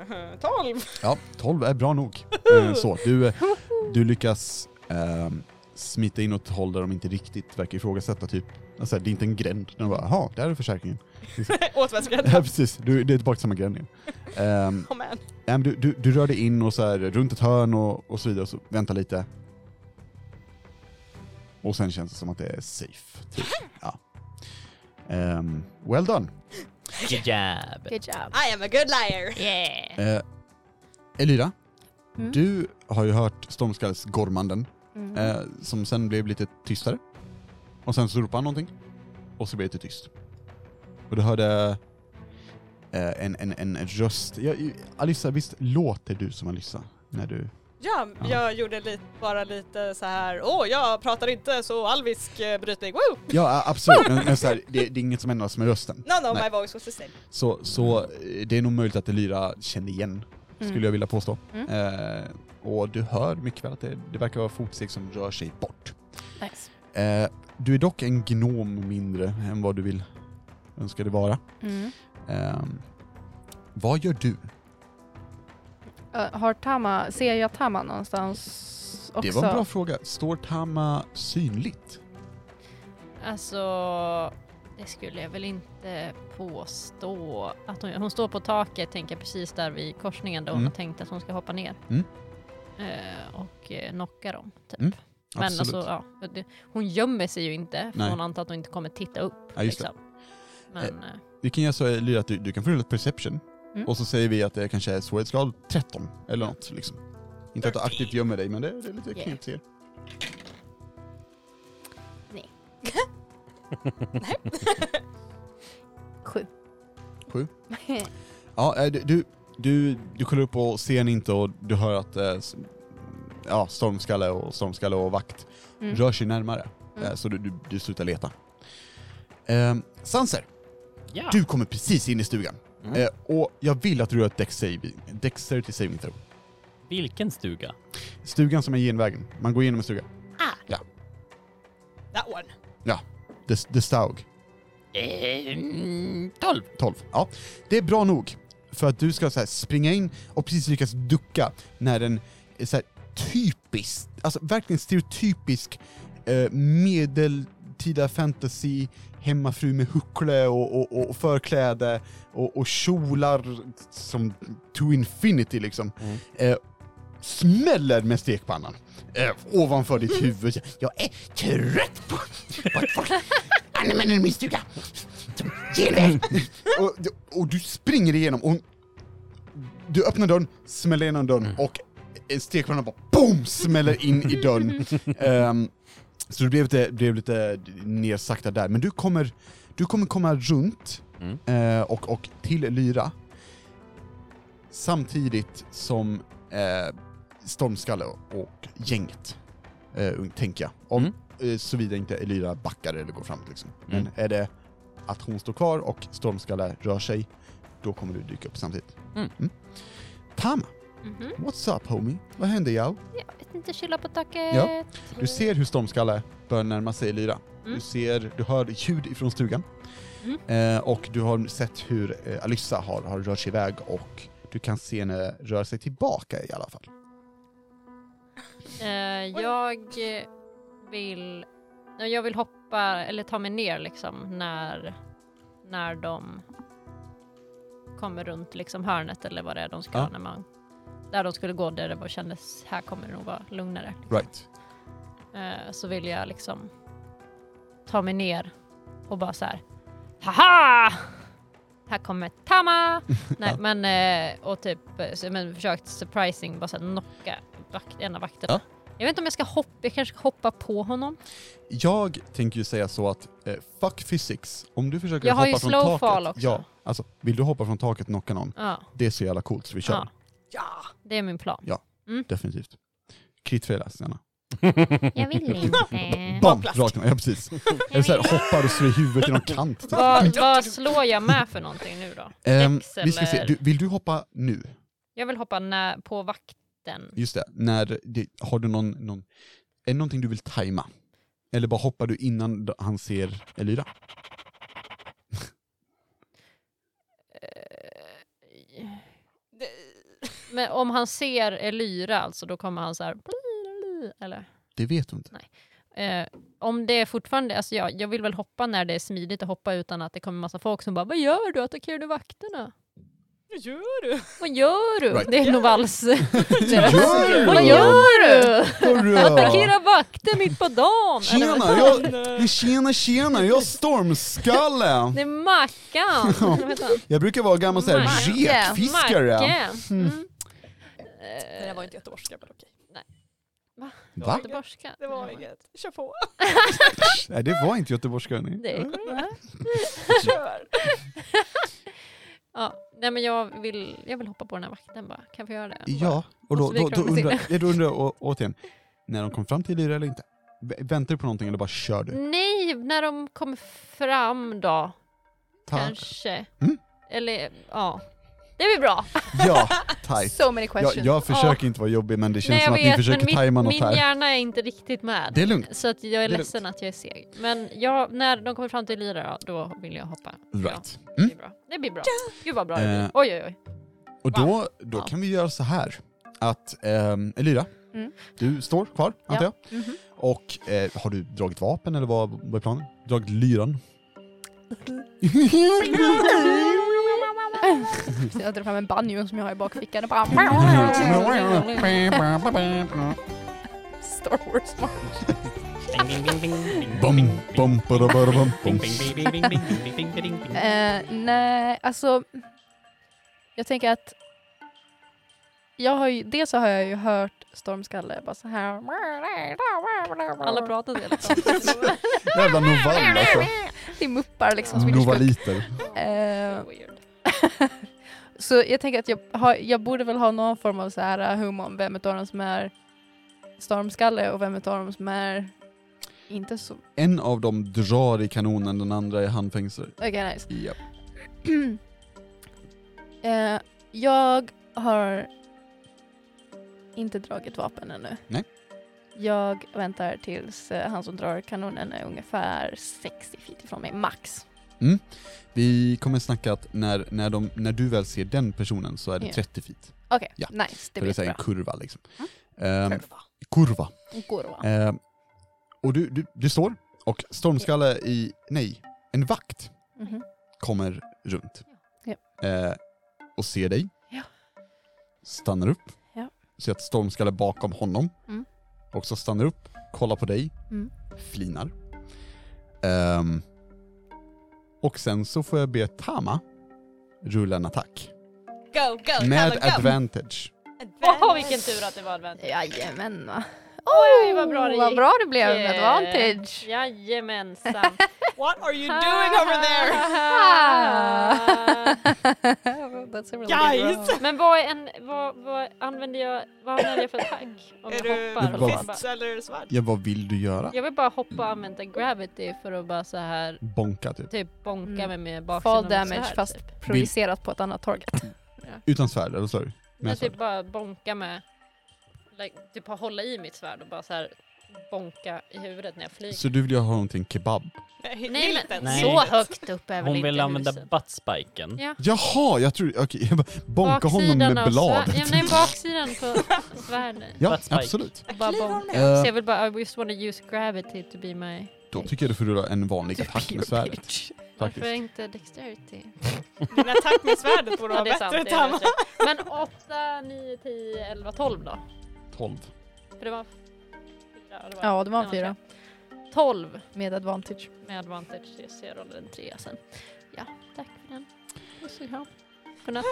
12. Ja, 12 är bra nog. Så, du lyckas smita in åt ett håll där de inte riktigt verkar ifrågasätta typ. Alltså, det är inte en gränd. De bara, jaha, där är försäkringen. Återvändsgränd. Ja, precis. Det är tillbaka till samma gränd igen. Oh man. Du rör dig in och så här, runt ett hörn och så vidare och så väntar lite. Och sen känns det som att det är safe. Typ. Ja. Well done. Good job. Good job. I am a good liar. Yeah. Elira, Mm. du har ju hört Stormskalles gormanden som sen blev lite tystare. Och sen så ropade han någonting. Och så blev det tyst. Och du hörde en röst. Alyssa, visst låter du som Alyssa när du... Ja, jag gjorde bara lite så här. Jag pratar inte så alvisk brytning. Woo! Ja, absolut. Men så här, det är inget som ändras med rösten. No, Nej. my voice was the same. Så det är nog möjligt att Elira kände igen, skulle jag vilja påstå. Och du hör mycket väl att det verkar vara fotsteg som rör sig bort. Nice. Du är dock en gnom mindre än vad du vill önska det vara. Vad gör du? Ser jag Tama någonstans också? Det var en bra fråga. Står Tama synligt? Alltså, det skulle jag väl inte påstå. Att hon står på taket, tänker precis där vid korsningen då hon har tänkt att hon ska hoppa ner. Och knocka dem, typ. Men Absolut. alltså, hon gömmer sig ju inte, för Nej. hon antar att hon inte kommer titta upp. Ja, just det. Liksom. Men, Vi kan göra så, Elira, att du kan få ett perception. Och så säger vi att det kanske är svårighetsgrad 13 eller något liksom. Inte att du aktivt gömmer dig, men det är lite knut till er. Nej. 7. 7. Ja, du kollar upp och ser inte och du hör att Stormskalle och vakt rör sig närmare. Så du slutar leta. Sanser, Ja. du kommer precis in i stugan. Och jag vill att du gör ett Dexterity saving throw. Vilken stuga? Stugan som är genvägen. Man går igenom en stuga. That one. Ja, the Staug. 12. 12. Ja, det är bra nog för att du ska så här springa in och precis lyckas ducka när en så här typisk, alltså verkligen stereotypisk medeltida fantasy hemmafru med huckle och förkläde och kjolar som to infinity liksom. Smäller med stekpannan ovanför ditt huvud. Jag är trött på att folk använder min stuga. Och du springer igenom och du öppnar dörren, smäller igenom dörren och stekpannan bara boom smäller in i dörren. Så det blev lite nedsakta där. Men du kommer komma runt och till Lyra samtidigt som Stormskalle och gänget, tänker jag. Om såvida inte Elira backar eller går framåt liksom. Men är det att hon står kvar och Stormskalle rör sig, då kommer du dyka upp samtidigt. Tama, what's up homie? Vad händer jag? jag vet inte, chilla på taket. Ja. Du ser hur Stormskalle börjar närma sig Elira. Du hör ljud ifrån stugan. Och du har sett hur Alyssa har rört sig iväg och du kan se henne röra sig tillbaka i alla fall. Jag vill hoppa eller ta mig ner liksom när de kommer runt liksom hörnet eller vad det är de ska när man där de skulle gå, där det bara kändes här kommer det nog vara lugnare. Right. Så vill jag liksom ta mig ner och bara så här, haha! Här kommer Tama! Nej, men och typ men försökt surprising bara så här knocka en av vakterna. Jag vet inte om jag ska jag kanske hoppa på honom. Jag tänker ju säga så att fuck physics. Om du försöker jag hoppa har ju från slow taket. fall också. Ja, alltså vill du hoppa från taket och knocka någon? Ja. Det är så jävla coolt så vi kör. Ja. Det är min plan. Ja, definitivt. Kritfela, Anna. Jag vill inte. Bam! Rakt ner, ja precis. Eller så här, hoppar och slår i huvudet i någon kant. Vad slår jag med för någonting nu då? Vi ska se, vill du hoppa nu? Jag vill hoppa på vakten. Just det, har du någon är det någonting du vill tajma? Eller bara hoppar du innan han ser Elira? Men om han ser Elira alltså, då kommer han så här eller? Det vet du inte. Om det är fortfarande, alltså jag vill väl hoppa när det är smidigt att hoppa utan att det kommer massa folk som bara, vad gör du? Attackerar du vakterna? Vad gör du? Vad gör du? Right. Det är nog vals. Vad gör du? Hurra! Attackera vakter mitt på dagen. Tjena, jag är Stormskalle. Det är Mackan. Vad heter han? Jag brukar vara gammal såhär rekfiskare. Macke. Det där var inte göteborgska, men okej. Va? Göteborgska. Det var inget. Kör på. Nej, det var inte göteborgska. Nej. Det är Kör. Ja, nej men jag vill hoppa på den här vakten bara. Kan vi göra det? Ja, och då Och så vill jag undrar jag återigen, när de kom fram till Lyra eller inte? Väntar du på någonting eller bara kör du? Nej, när de kommer fram då. Ta- Kanske. Mm. Eller, ja. Det blir bra. Ja, tight. So many questions. Jag försöker inte vara jobbig, men det känns Nej, som att jag ni försöker men tajma något min här. hjärna är inte riktigt med. Det är lugnt. Så att jag är Det är ledsen att jag är seg. Men när de kommer fram till Lyra då vill jag hoppa. Right. Ja, det blir bra. Det blir bra. Gud vad bra det blir. Oj. Och då Ja. kan vi göra så här att Lyra, Mm. du står kvar, antar jag. Mhm. Och har du dragit vapen eller vad är planen? Dragit lyran? Så jag drar fram en banjo som jag har i bakfickan och bara Star Wars march. Bom, badabadabom, bom. Nej, alltså jag tänker att dels så har jag ju hört Stormskalle bara så här. Alla pratar det liksom. Jävla novall alltså. Det är muppar liksom. Swedish Cook. Novaliter. Weird. Så jag tänker att jag borde väl ha någon form av så här hum om vem av dem som är Stormskalle och vem av dem som är inte så. En av dem drar i kanonen, den andra är handfängsel. Okej, nice. Ja. Jag har inte dragit vapen ännu. Nej. Jag väntar tills han som drar kanonen är ungefär 60 feet ifrån mig, max. Vi kommer snacka att när du väl ser den personen så är det 30 feet. Okej, Ja. nice. Det För det blir är en bra. kurva liksom. Kurva. Kurva. Kurva. Och du står och Stormskalle en vakt Mhm. kommer runt. Ja. Och ser dig. Ja. Stannar upp. Ja. Ser att Stormskalle bakom honom. Mm. Också stannar upp, kollar på dig. Mm. Flinar. Och sen så får jag be Tama rulla en attack. Go, Med Tama, go. advantage. Åh, vilken tur att det var advantage. Jajamän va. Oj, vad bra det Vad gick. bra det blev med advantage. Jajamensan. What are you doing over there? That's a really good Guys! roll. Men vad använder jag för attack? Om Är jag hoppar? vad- eller fists bara- eller svärd? Ja, vad vill du göra? Jag vill bara hoppa och använda gravity för att bara så här Bonka typ. typ bonka Mm. mig med baksidan Fall av damage mitt svärd, fast typ. projicerat på ett annat target. Utan svärd, eller sorry. Med Jag svärd. typ bara bonka med typ hålla i mitt svärd och bara så här bonka i huvudet när jag flyger. Så du vill ju ha någonting kebab? Nej men Nej. så högt upp är väl Hon inte vill använda huset. buttspiken. Ja. Jaha, jag tror... Okej, jag bara bonka honom med av bladet. svärd. Ja, nej, baksidan på svärdet. Ja, Buttspike. absolut. Bara kliver bonka. ner. Så jag vill bara, I just want to use gravity to be my... Då tycker jag du får rulla en vanlig attack med svärdet. Varför Faktiskt. inte dexterity? Din attack med svärdet borde Ja, vara det är sant. bättre, Det är Tama. bättre. Men 8, 9, 10, 11, 12 då? 12. För det var... Ja, det var en 4 12 med advantage. med advantage. Jag ser rollade en 3 sen. Ja, tack för den. Puss och kram. Godnatt.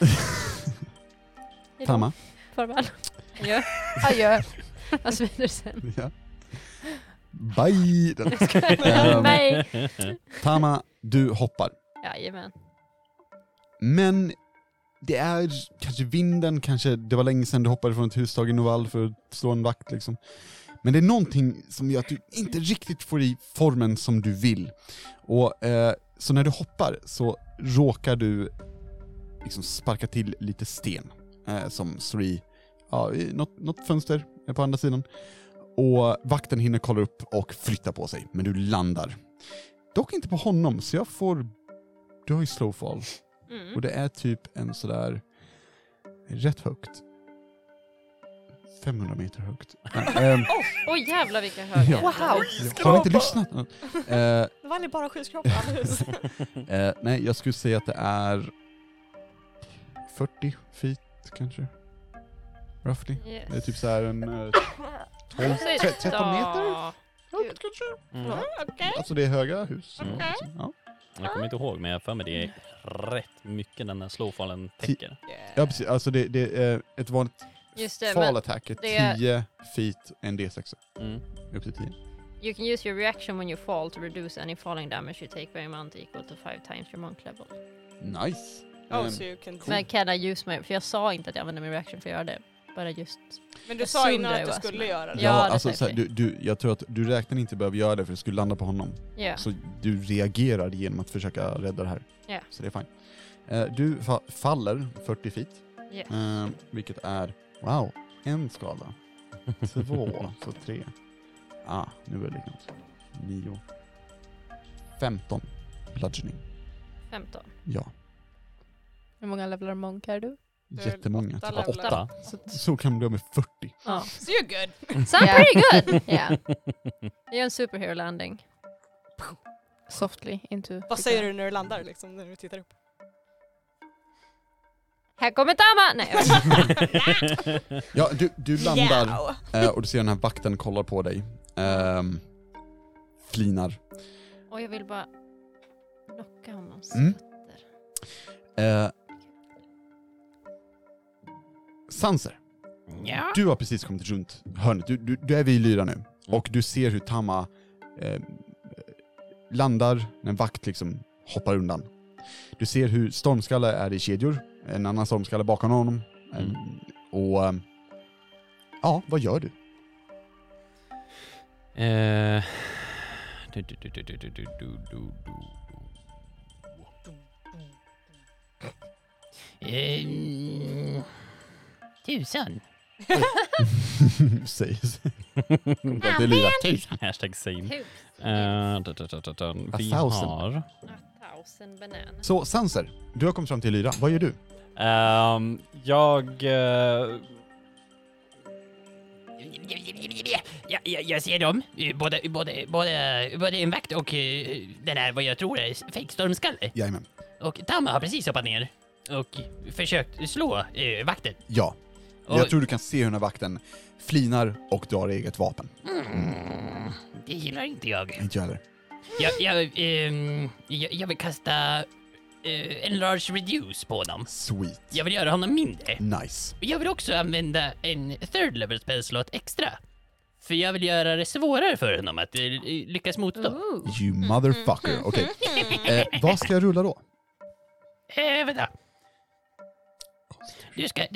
Hejdå. Tama. Farväl. Adjö. Adjö. Alltså vidare sen. Ja. Bye! Bye. Tama, du hoppar. Jajamän. Men det är kanske vinden, kanske det var länge sedan du hoppade från ett hustag i Novall för att slå en vakt liksom. Men det är någonting som gör att du inte riktigt får i formen som du vill. Och så när du hoppar så råkar du liksom sparka till lite sten som slår i något fönster på andra sidan. Och vakten hinner kolla upp och flytta på sig, men du landar. Dock inte på honom, så du har ju slow fall. Mm. Och det är typ en sådär rätt högt 500 meter högt. Oj jävlar vilka höga. Ja. Wow! Har ni inte lyssnat? Det var ni bara skyskrapor alla hus. Nej, jag skulle säga att det är 40 feet kanske. Roughly. Yes. Det är typ så här en 12, Säg 13 meter då. högt kanske. Mm. Okej. Alltså det är höga hus. Mm. Ja. Jag kommer inte ihåg, men jag för mig det är rätt mycket den här slowfallen täcker. Ja, precis. Alltså det är ett vanligt Just det, fall men attack är det- 10 feet, en D6. Mm. Upp till 10. you can use your reaction when you fall to reduce any falling damage you take by amount equal to 5 times your monk level. Nice. Oh, so you can... Men can I use my... För jag sa inte att jag använde min reaction för att göra det. Bara just... Men du Jag sa innan assumed att I du was skulle med. göra det. Ja, det alltså, sa så här, jag. jag tror att du räknar inte behöver göra det för det skulle landa på honom. Ja. Så du reagerar genom att försöka rädda det här. Ja. Så det är fine. Du faller 40 feet. Yes. Vilket är, wow, en skada. 2, så 3. Nu är det liknande. 9. 15 bludgeoning. 15. Ja, Hur många levlar monk är du? Du är jättemånga. 8 Typ levlar. 8. Så kan du bli med 40. Ja. So you're good. So I'm pretty good! Yeah. Det är en superhero landing. Softly into... Vad säger du när du landar liksom, när du tittar upp? Här kommer Tama! Nej, jag vet inte. Ja, du landar Yeah. och du ser den här vakten kollar på dig. Flinar. Och jag vill bara knocka honoms Mm. fötter. Sanser, Ja. du har precis kommit runt hörnet. Du är vid Lyra nu. Och du ser hur Tama landar när en vakt liksom hoppar undan. Du ser hur Stormskalle är i kedjor. En annan Stormskalle bakom honom. Ja, vad gör du? Tusan. Säg. Det är Lyra. Hashtag same. Hus. Vi thousand. har... 1000 bananas. Så Sanser, du har kommit fram till Lyra. Vad gör du? Jag ser dem, både en vakt och den här vad jag tror är fejkstormskalle. Jajamän. Och Tama har precis hoppat ner och försökt slå vakten. Ja. Och, Jag tror du kan se hur den här vakten flinar och drar eget vapen. det gillar inte jag. Inte jag heller. Jag vill kasta en large reduce på dem. Sweet. Jag vill göra honom mindre. Nice. Jag vill också använda en third level spell slot extra. För jag vill göra det svårare för honom att lyckas motstå. Ooh. You motherfucker. Okej. Vad ska jag rulla då? Vänta. Du ska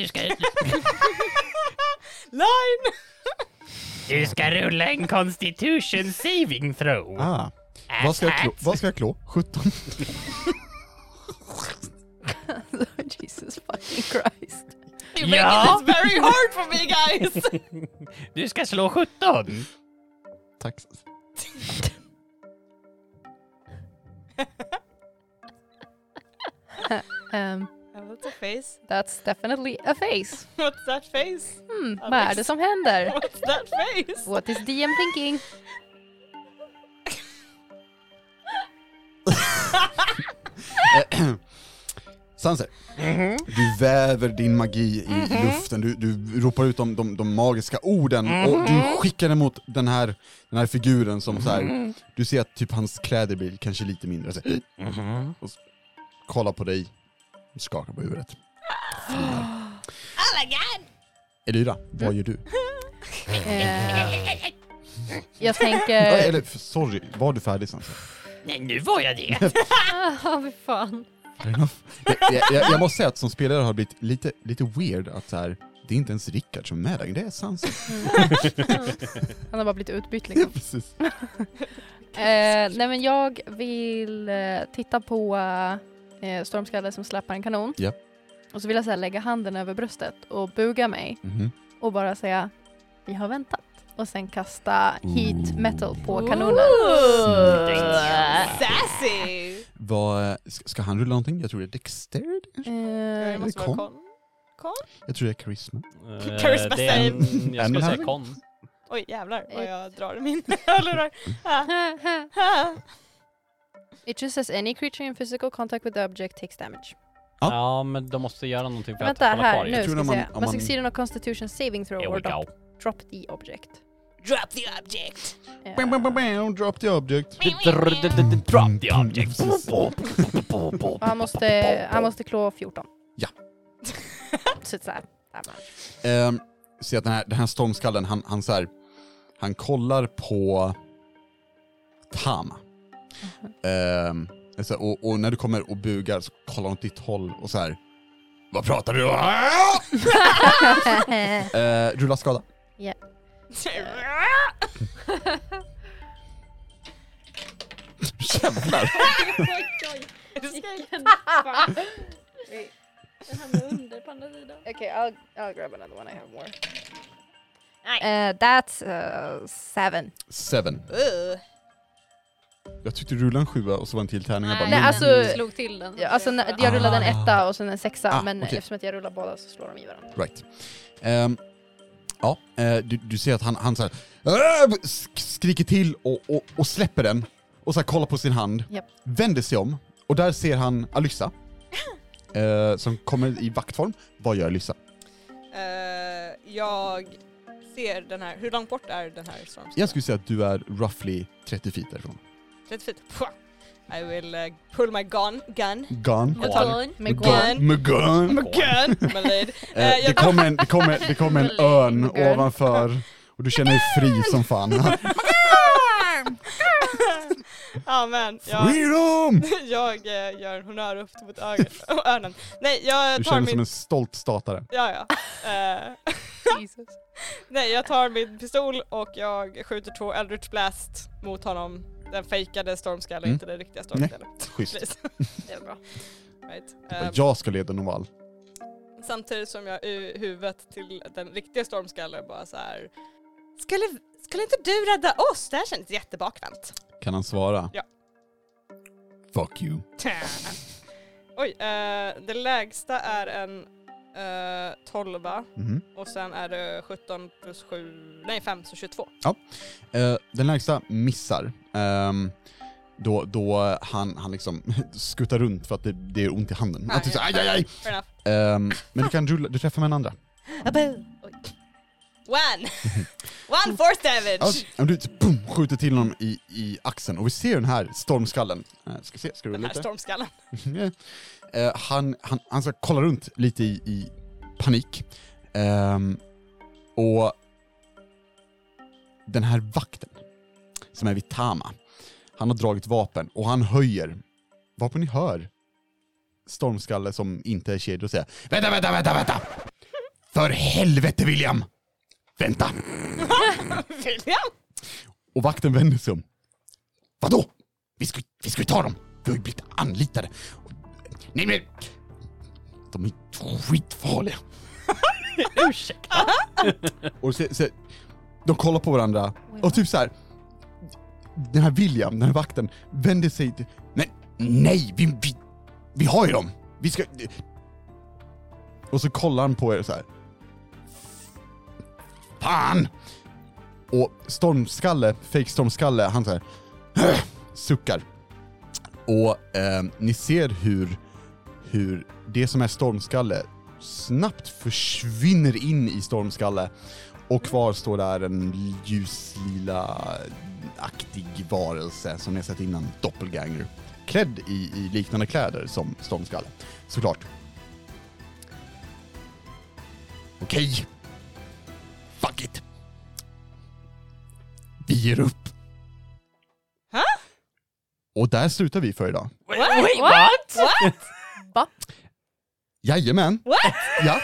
Line! Du ska rulla en constitution saving throw. Vad ska jag klå? 17. Jesus fucking Christ. You're making this very hard for me, guys! Du ska slå 17. Tack. What's a face? That's definitely a face. What's that face? Vad är det som händer? What's that face? What is DM thinking? Sanser, du väver din magi i luften, du ropar ut de magiska orden och du skickar den mot den här figuren som så här, du ser att typ hans kläder blir kanske lite mindre så här, och kollar på dig och skakar på huvudet. Flinar. Oh my god! Elyra, vad gör du? Jag tänker... Eller sorry, var du färdig Sanser? Nej, nu var jag det. Fy fan. Jag måste säga att som spelare har det blivit lite weird att så här, det är inte ens Rickard som är med där, det är Sanser. Han har bara blivit utbytt liksom. Precis. Nej men jag vill titta på Stormskalle som släpper en kanon. Ja. Och så vill jag så här, lägga handen över bröstet och buga mig. Och bara säga, vi har väntat. Och sen kasta heat metal på kanonen. Sassy! Ska han rulla någonting? Jag tror det är Dexterity. Det måste vara kon. Con? Jag tror det är charisma. Charisma det är save. jag skulle säga con. Oj, jävlar vad Ett. jag drar i min hörlurar. It just says any creature in physical contact with the object takes damage. Ja. Ja, men de måste göra någonting för Vänta, att hålla kvar här, i nu det. tror ska vi om se. man- Man succeed on a constitution saving throw Here we or go. drop the object. Drop the object. Drop the object. Drop the object. Och han måste klå 14. Ja. Så det är så här. Se att den här stormskallen, han så här, han kollar på Tama. Så, och när du kommer och bugar så kollar han åt ditt håll och så här. Vad pratar du om? Rulla skada. Jävlar. Okay, I'll grab another one. I have more. That's 7. 7. Jag tyckte du rullade en 7 och så var en till tärning. Jag bara, Nej, men- alltså- slog till den. Ja, alltså, jag rullade en 1 och sen en 6, men okej. eftersom att jag rullar båda så slår de i varandra. Right. Du ser att han så här, skriker till och släpper den och så här kollar på sin hand. Japp. Vänder sig om och där ser han Alyssa som kommer i vaktform. Vad gör Alyssa? Jag ser den här. Hur långt bort är den här stormskallen? Jag skulle säga att du är roughly 30 feet därifrån. 30 feet. I will pull my gun. Gun. Jag tar med gun. Med gun. My gun, my lady. Det kommer en örn Gun. ovanför och du känner dig fri som fan. Ja men, Freedom! jag gör en honnör upp mot örnen. Nej, jag Du tar känner som min... en stolt statare. Ja. Jesus. Nej, jag tar min pistol och jag skjuter 2 Eldritch Blast mot honom. Den fejkade stormskallen, inte den riktiga stormskallen. Schysst. Please. Det är bra. Right. Jag ska leda Noval. Samtidigt som jag i huvudet till den riktiga stormskallen bara så här. Skulle inte du rädda oss? Det här känns jättebakvänt. Kan han svara? Ja. Fuck you. Oj, det lägsta är en 12 Mhm. och sen är det 17 plus 7, nej 5 så 22. Den lägsta missar. Då han liksom skuttar runt för att det är ont i handen. Att det är så, aj. Fair enough. Men du kan rulla, du träffar med en andra. Oj. One force damage! Ja, du boom, skjuter till honom i axeln och vi ser den här stormskallen. Ska du Den rulla här lite? stormskallen. Han ska kolla runt lite i panik. Och den här vakten som är vid Tama, han har dragit vapen och han höjer vapen. Ni hör stormskalle som inte är kedjor och säger vänta! För helvete William! Vänta! William? Och vakten vänder sig om. Vadå? Vi ska ta dem. Vi har ju blivit anlitade. Nej men... De är skitfarliga. Ursäkta. Och de kollar på varandra. Och typ så här. Den här William, den här vakten, vänder sig till... Nej, vi har ju dem. Vi ska... Och så kollar han på er så här. Fan! Och fake stormskalle, han så här suckar. Och ni ser hur det som är stormskalle snabbt försvinner in i stormskalle och kvar står där en ljuslila-aktig varelse som ni har sett innan, doppelganger, klädd i liknande kläder som stormskalle, såklart. Okej. Fuck it. Vi ger upp. Huh? Och där slutar vi för idag. Wait, what? Jajamän. What? Ja.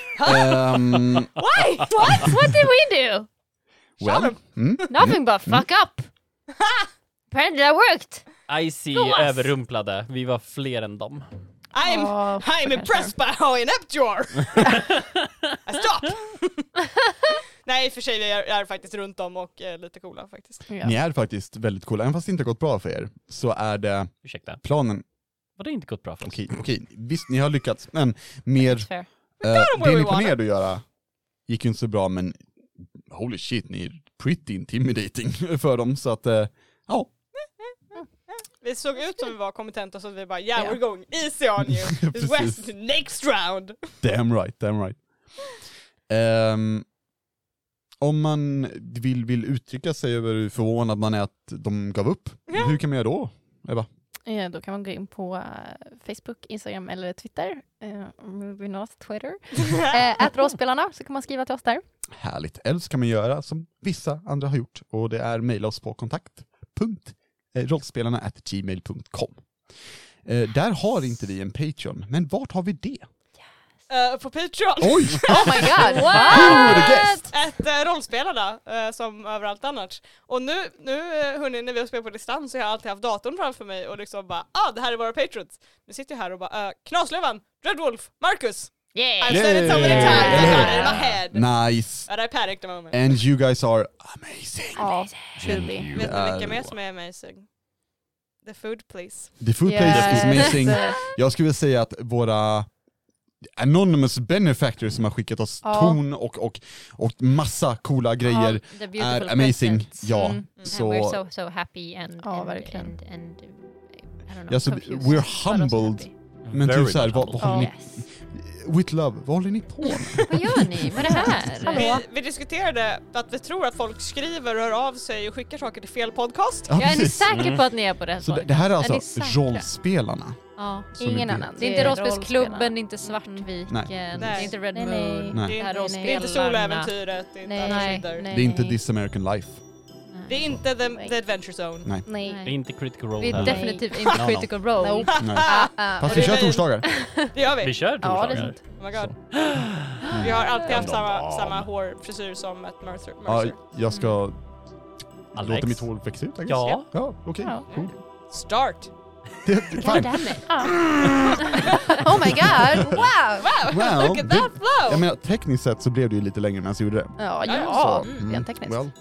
Why? What did we do? Well. Nothing but fuck up. Apparently that worked. Icy Go us. överrumplade. Vi var fler än dem. I'm impressed by how inept you are. Stop! Nej, för sig jag är faktiskt runt om och lite coola faktiskt. Ni är faktiskt väldigt coola. Även fast det inte har gått bra för er så är det Ursäkta. planen. Var det inte gått bra för oss? Okej. Visst, ni har lyckats. Men mer Fair. Det ni planerade att göra gick ju inte så bra, men holy shit, ni är pretty intimidating för dem, så att ja. Vi såg ut som vi var kompetenta, så vi bara Ja. we're going easy on you. This Precis. West next round. Damn right. Om man vill uttrycka sig över hur förvånad man är att de gav upp, hur kan man göra då, Eva? Då kan man gå in på Facebook, Instagram eller Twitter. Moving not Twitter. @rollspelarna, så kan man skriva till oss där. Härligt. Eller så kan man göra som vissa andra har gjort, och det är mejla oss på kontakt.rollspelarna@gmail.com. Där har inte vi en Patreon, men vart har vi det? På Patreon. Oj! Oh my god! Who would have guessed? Ett rollspelarna som överallt annars. Och nu hörni, när vi har spelat på distans så har jag alltid haft datorn framför mig och liksom bara, det här är våra patrons. Nu sitter jag här och bara, Knaslövan, Dreadwolf, Marcus. Yeah! I've said it so many times, I got it in my head. Nice. But I panicked a moment. And you guys are amazing. Ja, truly. Vet ni vilka mer som är amazing? The food please. The food place is amazing. Yes. Jag skulle vilja säga att våra anonymous benefactors som har skickat oss ton och massa coola grejer The beautiful är amazing. presents. Ja, And we're so happy and verkligen. and I don't know, Ja, så confused. we're But also humbled. happy. Men Very typ såhär, much vad humbled. håller ni, Yes. with love, vad håller ni på med? Vad gör ni? Vad är det här? Vi diskuterade att vi tror att folk skriver och hör av sig och skickar saker till fel podcast. Ja, Jag är ni precis. säker på att ni är på rätt Så håll? det här är Är alltså ni säkra? rollspelarna. Ja. som vi Ingen vet. annan. Det är inte rollspelarna. rollspelsklubben, det är inte Svartviken, Nej. det är Nej. inte Red Nej, Moon, nej. det är Nej, rollspelarna. Det är inte Soläventyret, det är inte Nej. alla Nej. skidor. Nej. Det är inte This American Life. Det är inte the Adventure Zone. Nej. Nej. Det är inte critical role Det är heller. definitivt inte No. critical role. Nope. Nej. Fast Fast vi kör torsdagar. Det gör Vi vi. kör Ja, det är torsdagar. sant. Oh my god. Vi har alltid haft samma hårfrisyr som ett Mercer. Ja, jag ska Alex. låta mitt hår växa ut. I guess. Ja. Ja, okej. Ja. Cool. Start! Det är Vad är det fine. här med? Oh my god! Wow! Well, Look at that flow! jag menar, tekniskt sett så blev det ju lite längre medan jag gjorde det. Ja, Ja, ja. Så, Rent tekniskt. well.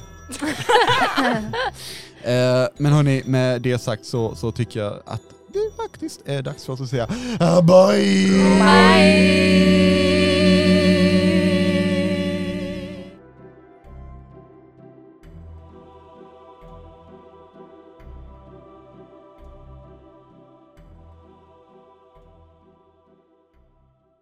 Men hörni, med det sagt så tycker jag att det faktiskt är dags för oss att säga bye! Bye!